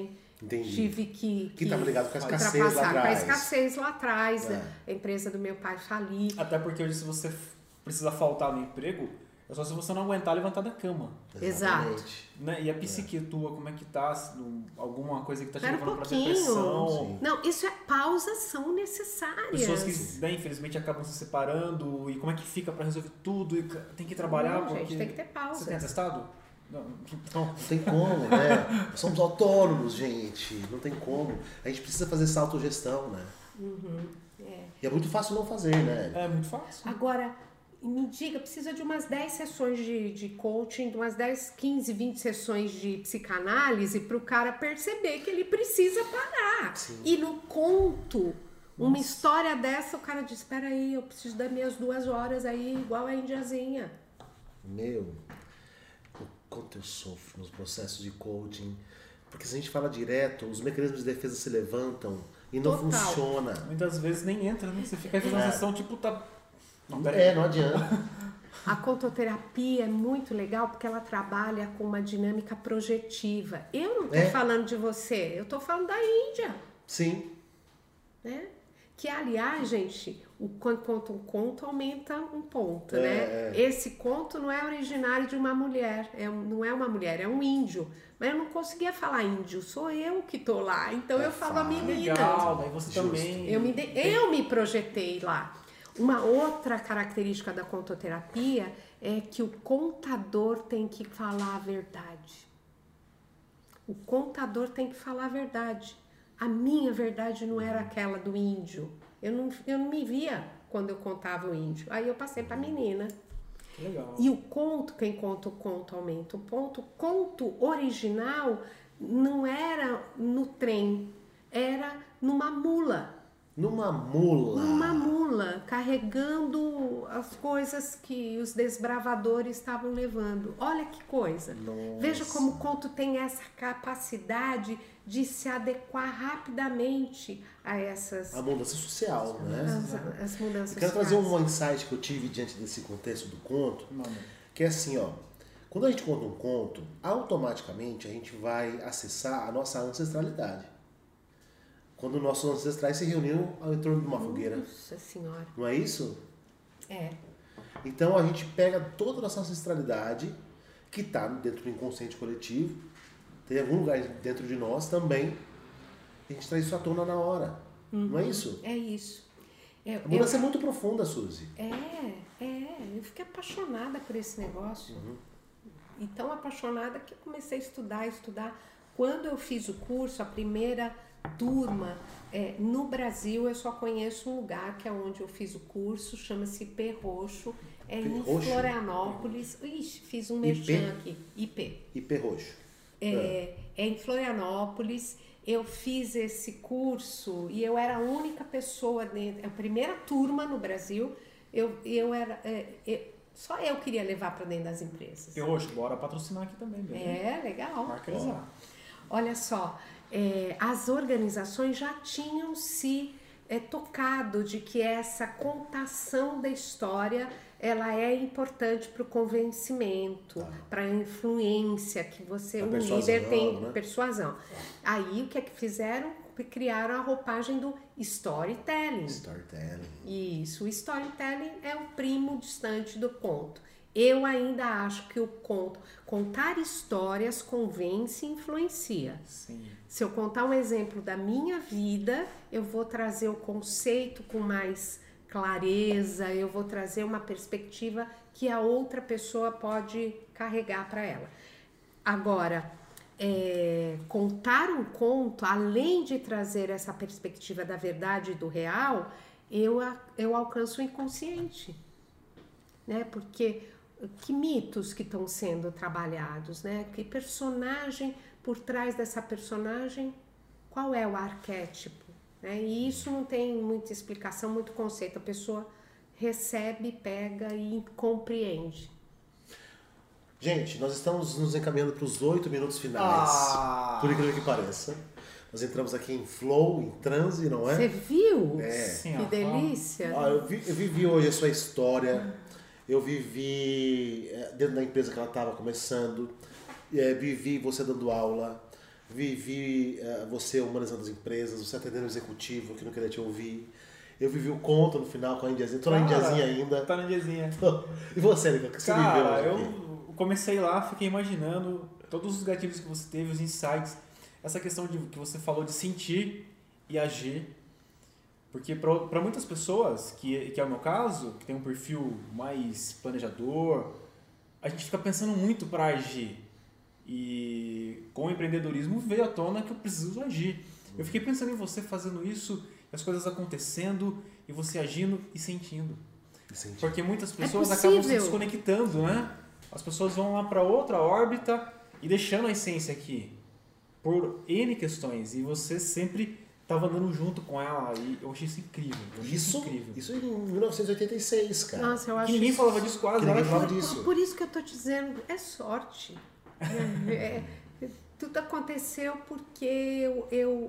Entendi. tive que estava ligado com a escassez lá ultrapassar, com a atrás. escassez lá atrás, a empresa do meu pai falir. Até porque hoje, se você precisa faltar no emprego, é só se você não aguentar levantar da cama. Exatamente. Né? E a psique tua, como é que tá? Alguma coisa que tá te Espera um levando pra pouquinho. depressão? Sim. Não, isso é pausas são necessárias. Pessoas que, né, infelizmente, acabam se separando. E como é que fica pra resolver tudo? E tem que trabalhar Não, porque... gente, tem que ter pausa. Você tem atestado? Não. Não tem como, né? Somos autônomos, gente. Não tem como. A gente precisa fazer essa autogestão, né? E é muito fácil não fazer, né? É muito fácil. Agora, me diga, precisa de umas 10 sessões de coaching, de umas 10, 15, 20 sessões de psicanálise para o cara perceber que ele precisa parar. Sim. E no conto, uma história dessa, o cara diz, espera aí, eu preciso das minhas 2 horas aí, igual a indiazinha. Meu, o quanto eu sofro nos processos de coaching. Porque se a gente fala direto, os mecanismos de defesa se levantam e não Total. funciona. Muitas vezes nem entra, né? Você fica aí fazendo uma sessão, tipo, tá... Não, Não adianta. A contoterapia é muito legal porque ela trabalha com uma dinâmica projetiva. Eu não estou falando de você, eu estou falando da Índia, Sim. né? Que, aliás, gente, quando conta um conto, aumenta um ponto, né? Esse conto não é originário de uma mulher, não é uma mulher, é um índio. Mas eu não conseguia falar índio, sou eu que tô lá, então eu falo a menina. Legal, daí você Justo. também... Eu me projetei lá. Uma outra característica da contoterapia é que o contador tem que falar a verdade. O contador tem que falar a verdade. A minha verdade não era aquela do índio. Eu não me via quando eu contava o índio. Aí eu passei para a menina. Legal. E o conto, quem conta o conto aumenta o ponto. O conto original não era no trem, era numa mula. Numa mula. Numa mula, carregando as coisas que os desbravadores estavam levando. Olha que coisa. Nossa. Veja como o conto tem essa capacidade de se adequar rapidamente a essas A mudança social, né? as mudanças Eu quero trazer sociais. um insight que eu tive diante desse contexto do conto, Mano. que é assim, ó. Quando a gente conta um conto, automaticamente a gente vai acessar a nossa ancestralidade. Quando nossos ancestrais se reuniram ao entorno de uma fogueira. Nossa Senhora. Não é isso? É. Então a gente pega toda a nossa ancestralidade, que está dentro do inconsciente coletivo, tem algum lugar dentro de nós também, e a gente traz isso à tona na hora. Não é isso? É isso. A mudança é muito profunda, Suzy. Eu fiquei apaixonada por esse negócio. E tão apaixonada que eu comecei a estudar. Quando eu fiz o curso, a primeira turma, no Brasil eu só conheço um lugar que é onde eu fiz o curso, chama-se IP Roxo, em Florianópolis. Ixi, fiz um merchan aqui. IP Roxo. É em Florianópolis. Eu fiz esse curso e eu era a única pessoa dentro, a primeira turma no Brasil. Só eu queria levar para dentro das empresas. E hoje, bora patrocinar aqui também, beleza? Legal. Marcarizar. Olha só, as organizações já tinham se tocado de que essa contação da história ela é importante para o convencimento, para a influência que você, o líder tem, né? Persuasão. Aí o que é que fizeram? Criaram a roupagem do storytelling. Isso, o storytelling é o primo distante do conto. Eu ainda acho que o contar histórias convence e influencia. Sim. Se eu contar um exemplo da minha vida, eu vou trazer o conceito com mais clareza, eu vou trazer uma perspectiva que a outra pessoa pode carregar para ela. Agora, contar um conto, além de trazer essa perspectiva da verdade e do real, eu alcanço o inconsciente, né? Porque que mitos que estão sendo trabalhados, né? Que personagem por trás dessa personagem, qual é o arquétipo, né? E isso não tem muita explicação, muito conceito. A pessoa recebe, pega e compreende. Gente, nós estamos nos encaminhando para os 8 minutos finais. Por incrível que pareça. Nós entramos aqui em flow, em transe, não é? Você viu? Sim, Que delícia. Eu vivi hoje a sua história. Eu vivi dentro da empresa que ela estava começando. Vivi você dando aula. vivi você humanizando as empresas, você atendendo o executivo que não queria te ouvir. Eu vivi o conto no final com a Indiazinha. Tô na Indiazinha ainda. Tá na Indiazinha. E você, Érica, o que você viveu hoje eu comecei lá, fiquei imaginando todos os gatilhos que você teve, os insights. Essa questão que você falou de sentir e agir. Porque para muitas pessoas, que é o meu caso, que tem um perfil mais planejador, a gente fica pensando muito para agir. E com o empreendedorismo veio à tona que eu preciso agir. Eu fiquei pensando em você fazendo isso, as coisas acontecendo, e você agindo e sentindo. Porque muitas pessoas acabam se desconectando, né? As pessoas vão lá para outra órbita e deixando a essência aqui. Por N questões. E você sempre estava andando junto com ela. E eu achei isso incrível. Isso em 1986, cara. Nossa, eu acho que ninguém falava disso quase. Ninguém falava disso. Por isso que eu tô te dizendo, é sorte. Tudo aconteceu porque eu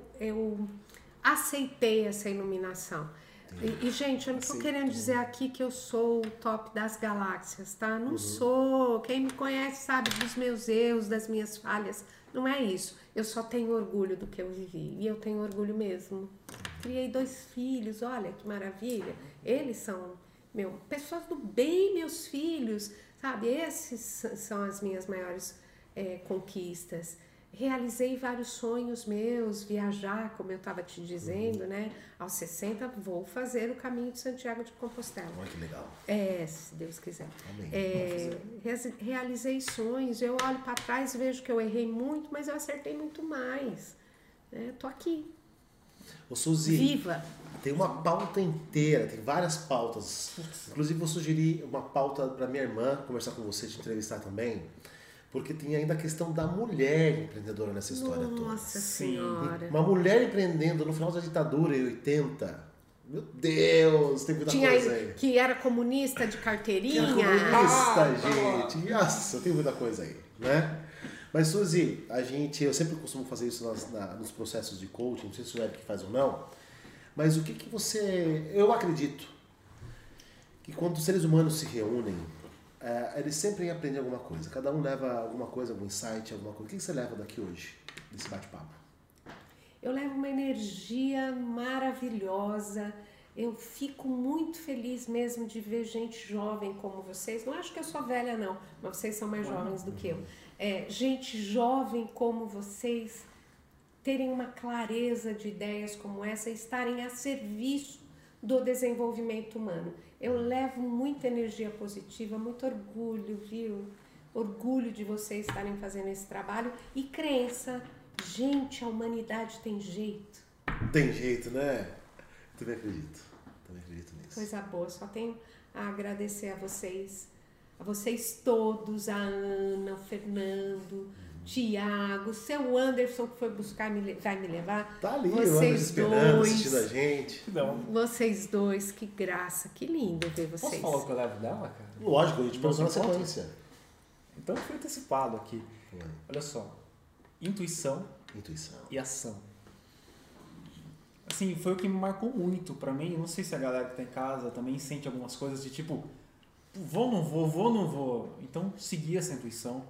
aceitei essa iluminação. E, gente, eu não estou querendo dizer aqui que eu sou o top das galáxias, tá? Não sou. Quem me conhece sabe dos meus erros, das minhas falhas. Não é isso. Eu só tenho orgulho do que eu vivi. E eu tenho orgulho mesmo. Criei 2 filhos, olha que maravilha. Eles são pessoas do bem, meus filhos, sabe? Esses são as minhas maiores conquistas. Realizei vários sonhos meus, viajar, como eu estava te dizendo, né? Aos 60 vou fazer o caminho de Santiago de Compostela. Olha que legal. Se Deus quiser. Amém. Realizei sonhos, eu olho para trás e vejo que eu errei muito, mas eu acertei muito mais. Tô aqui. Ô, Suzy, viva! Tem uma pauta inteira, tem várias pautas. Inclusive vou sugerir uma pauta para minha irmã conversar com você, te entrevistar também. Porque tem ainda a questão da mulher empreendedora nessa história toda. Nossa Senhora. Uma mulher empreendendo no final da ditadura, em 80. Meu Deus, tem muita coisa aí. Que era comunista de carteirinha. Comunista, gente. Nossa, tem muita coisa aí, né? Mas, Suzy, eu sempre costumo fazer isso nos processos de coaching, não sei se o Eric faz ou não, mas o que você... Eu acredito que quando os seres humanos se reúnem, eles sempre aprendem alguma coisa. Cada um leva alguma coisa, algum insight, alguma coisa. O que você leva daqui hoje, desse bate-papo? Eu levo uma energia maravilhosa. Eu fico muito feliz mesmo de ver gente jovem como vocês. Não acho que eu sou velha, não, mas vocês são mais jovens do que eu. Gente jovem como vocês terem uma clareza de ideias como essa e estarem a serviço do desenvolvimento humano. Eu levo muita energia positiva, muito orgulho, viu? Orgulho de vocês estarem fazendo esse trabalho e crença. Gente, a humanidade tem jeito. Tem jeito, né? Também acredito nisso. Coisa boa, só tenho a agradecer a vocês todos, a Ana, o Fernando, Tiago, seu Anderson que foi buscar, vai me levar. Tá ali, vocês o Anderson esperando, dois, assistindo a gente. Não. Vocês dois, que graça, que lindo ver vocês. Posso falar o que eu levo dela, cara? Lógico, a gente pensou na sequência. Então foi antecipado aqui. Olha só, intuição e ação. Assim, foi o que me marcou muito pra mim. Não sei se a galera que tá em casa também sente algumas coisas de tipo, vou, não vou. Então, seguir essa intuição,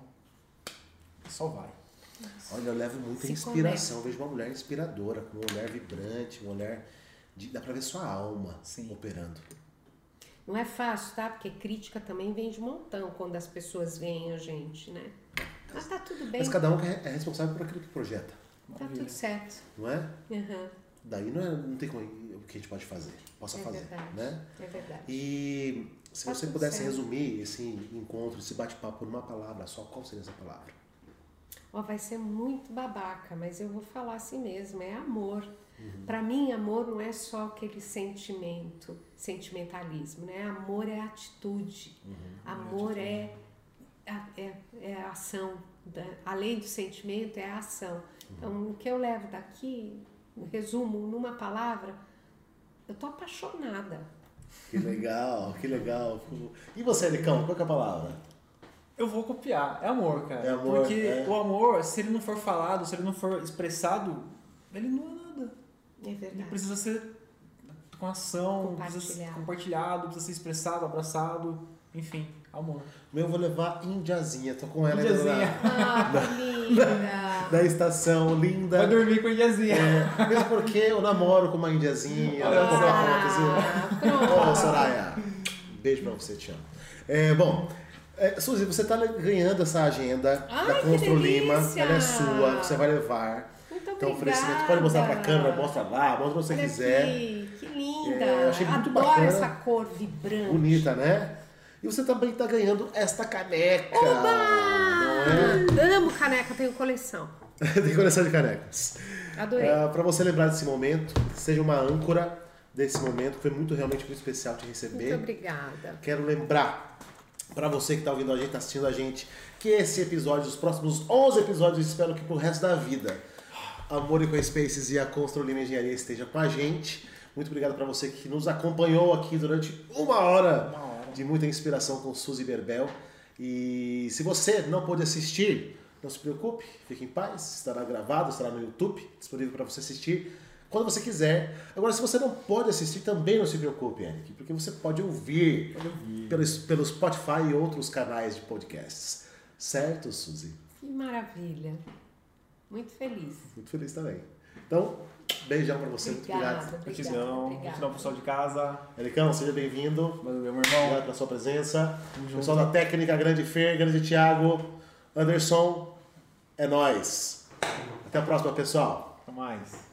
só vai. Olha, eu levo muita inspiração. Eu vejo uma mulher inspiradora, com um olhar vibrante, um olhar... Dá pra ver sua alma operando. Não é fácil, tá? Porque crítica também vem de montão quando as pessoas veem a gente, né? Mas tá tudo bem. Mas cada um é responsável por aquilo que projeta. Tá tudo certo. Não é? Uhum. Daí não tem como o que a gente pode fazer. Possa fazer, verdade, né? É verdade. E se Tá você tudo pudesse certo. resumir esse encontro, esse bate-papo por uma palavra só, qual seria essa palavra? Vai ser muito babaca, mas eu vou falar assim mesmo, é amor. Para mim, amor não é só aquele sentimentalismo, né? Amor é atitude. Amor é a ação. Além do sentimento, é a ação. Então, o que eu levo daqui, resumo numa palavra, eu tô apaixonada. Que legal, que legal. E você, Ericão, qual que é a palavra? Eu vou copiar. É amor, cara. É amor, porque o amor, se ele não for falado, se ele não for expressado, ele não é nada. É verdade. Ele precisa ser com ação, precisa ser compartilhado, precisa ser expressado, abraçado, enfim, amor. Eu vou levar Indiazinha, tô com ela. Indiazinha. Que linda! da estação, linda. Vai dormir com a indiazinha. Mesmo porque eu namoro com uma indiazinha. Pronto. Ô, Soraya, beijo pra você, te amo. Bom, Suzy, você tá ganhando essa agenda da Constru Lima. Ela é sua, você vai levar. Muito Então, obrigada. oferecimento, pode mostrar pra câmera, mostra lá, mostra onde você Olha quiser. aqui, que linda. Eu achei muito Adoro bacana. essa cor vibrante. Bonita, né? E você também está ganhando esta caneca. Oba! Não é? Amo caneca, tenho coleção. Tem coleção de canecas. Adorei. Para você lembrar desse momento, que seja uma âncora desse momento, foi realmente muito especial te receber. Muito obrigada. Quero lembrar para você que está ouvindo a gente, está assistindo a gente, que esse episódio, os próximos 11 episódios, espero que pro resto da vida, a Mônica Spaces e a Constru Lima Engenharia esteja com a gente. Muito obrigado para você que nos acompanhou aqui durante uma hora de muita inspiração com Suzy Berbel. E se você não pôde assistir, não se preocupe, fique em paz, estará gravado, estará no YouTube, disponível para você assistir quando você quiser. Agora, se você não pode assistir, também não se preocupe, Eric, porque você pode ouvir pelo Spotify e outros canais de podcasts. Certo, Suzy? Que maravilha. Muito feliz. Muito feliz também. Então, beijão pra você. Obrigada, Muito obrigado. Gratidão. Gratidão pro pessoal de casa. Ericão, seja bem-vindo. Valeu, meu irmão. Obrigado pela sua presença. Tamo junto. Pessoal da técnica, grande Fer, grande Thiago, Anderson, é nóis. Até a próxima, pessoal. Até mais.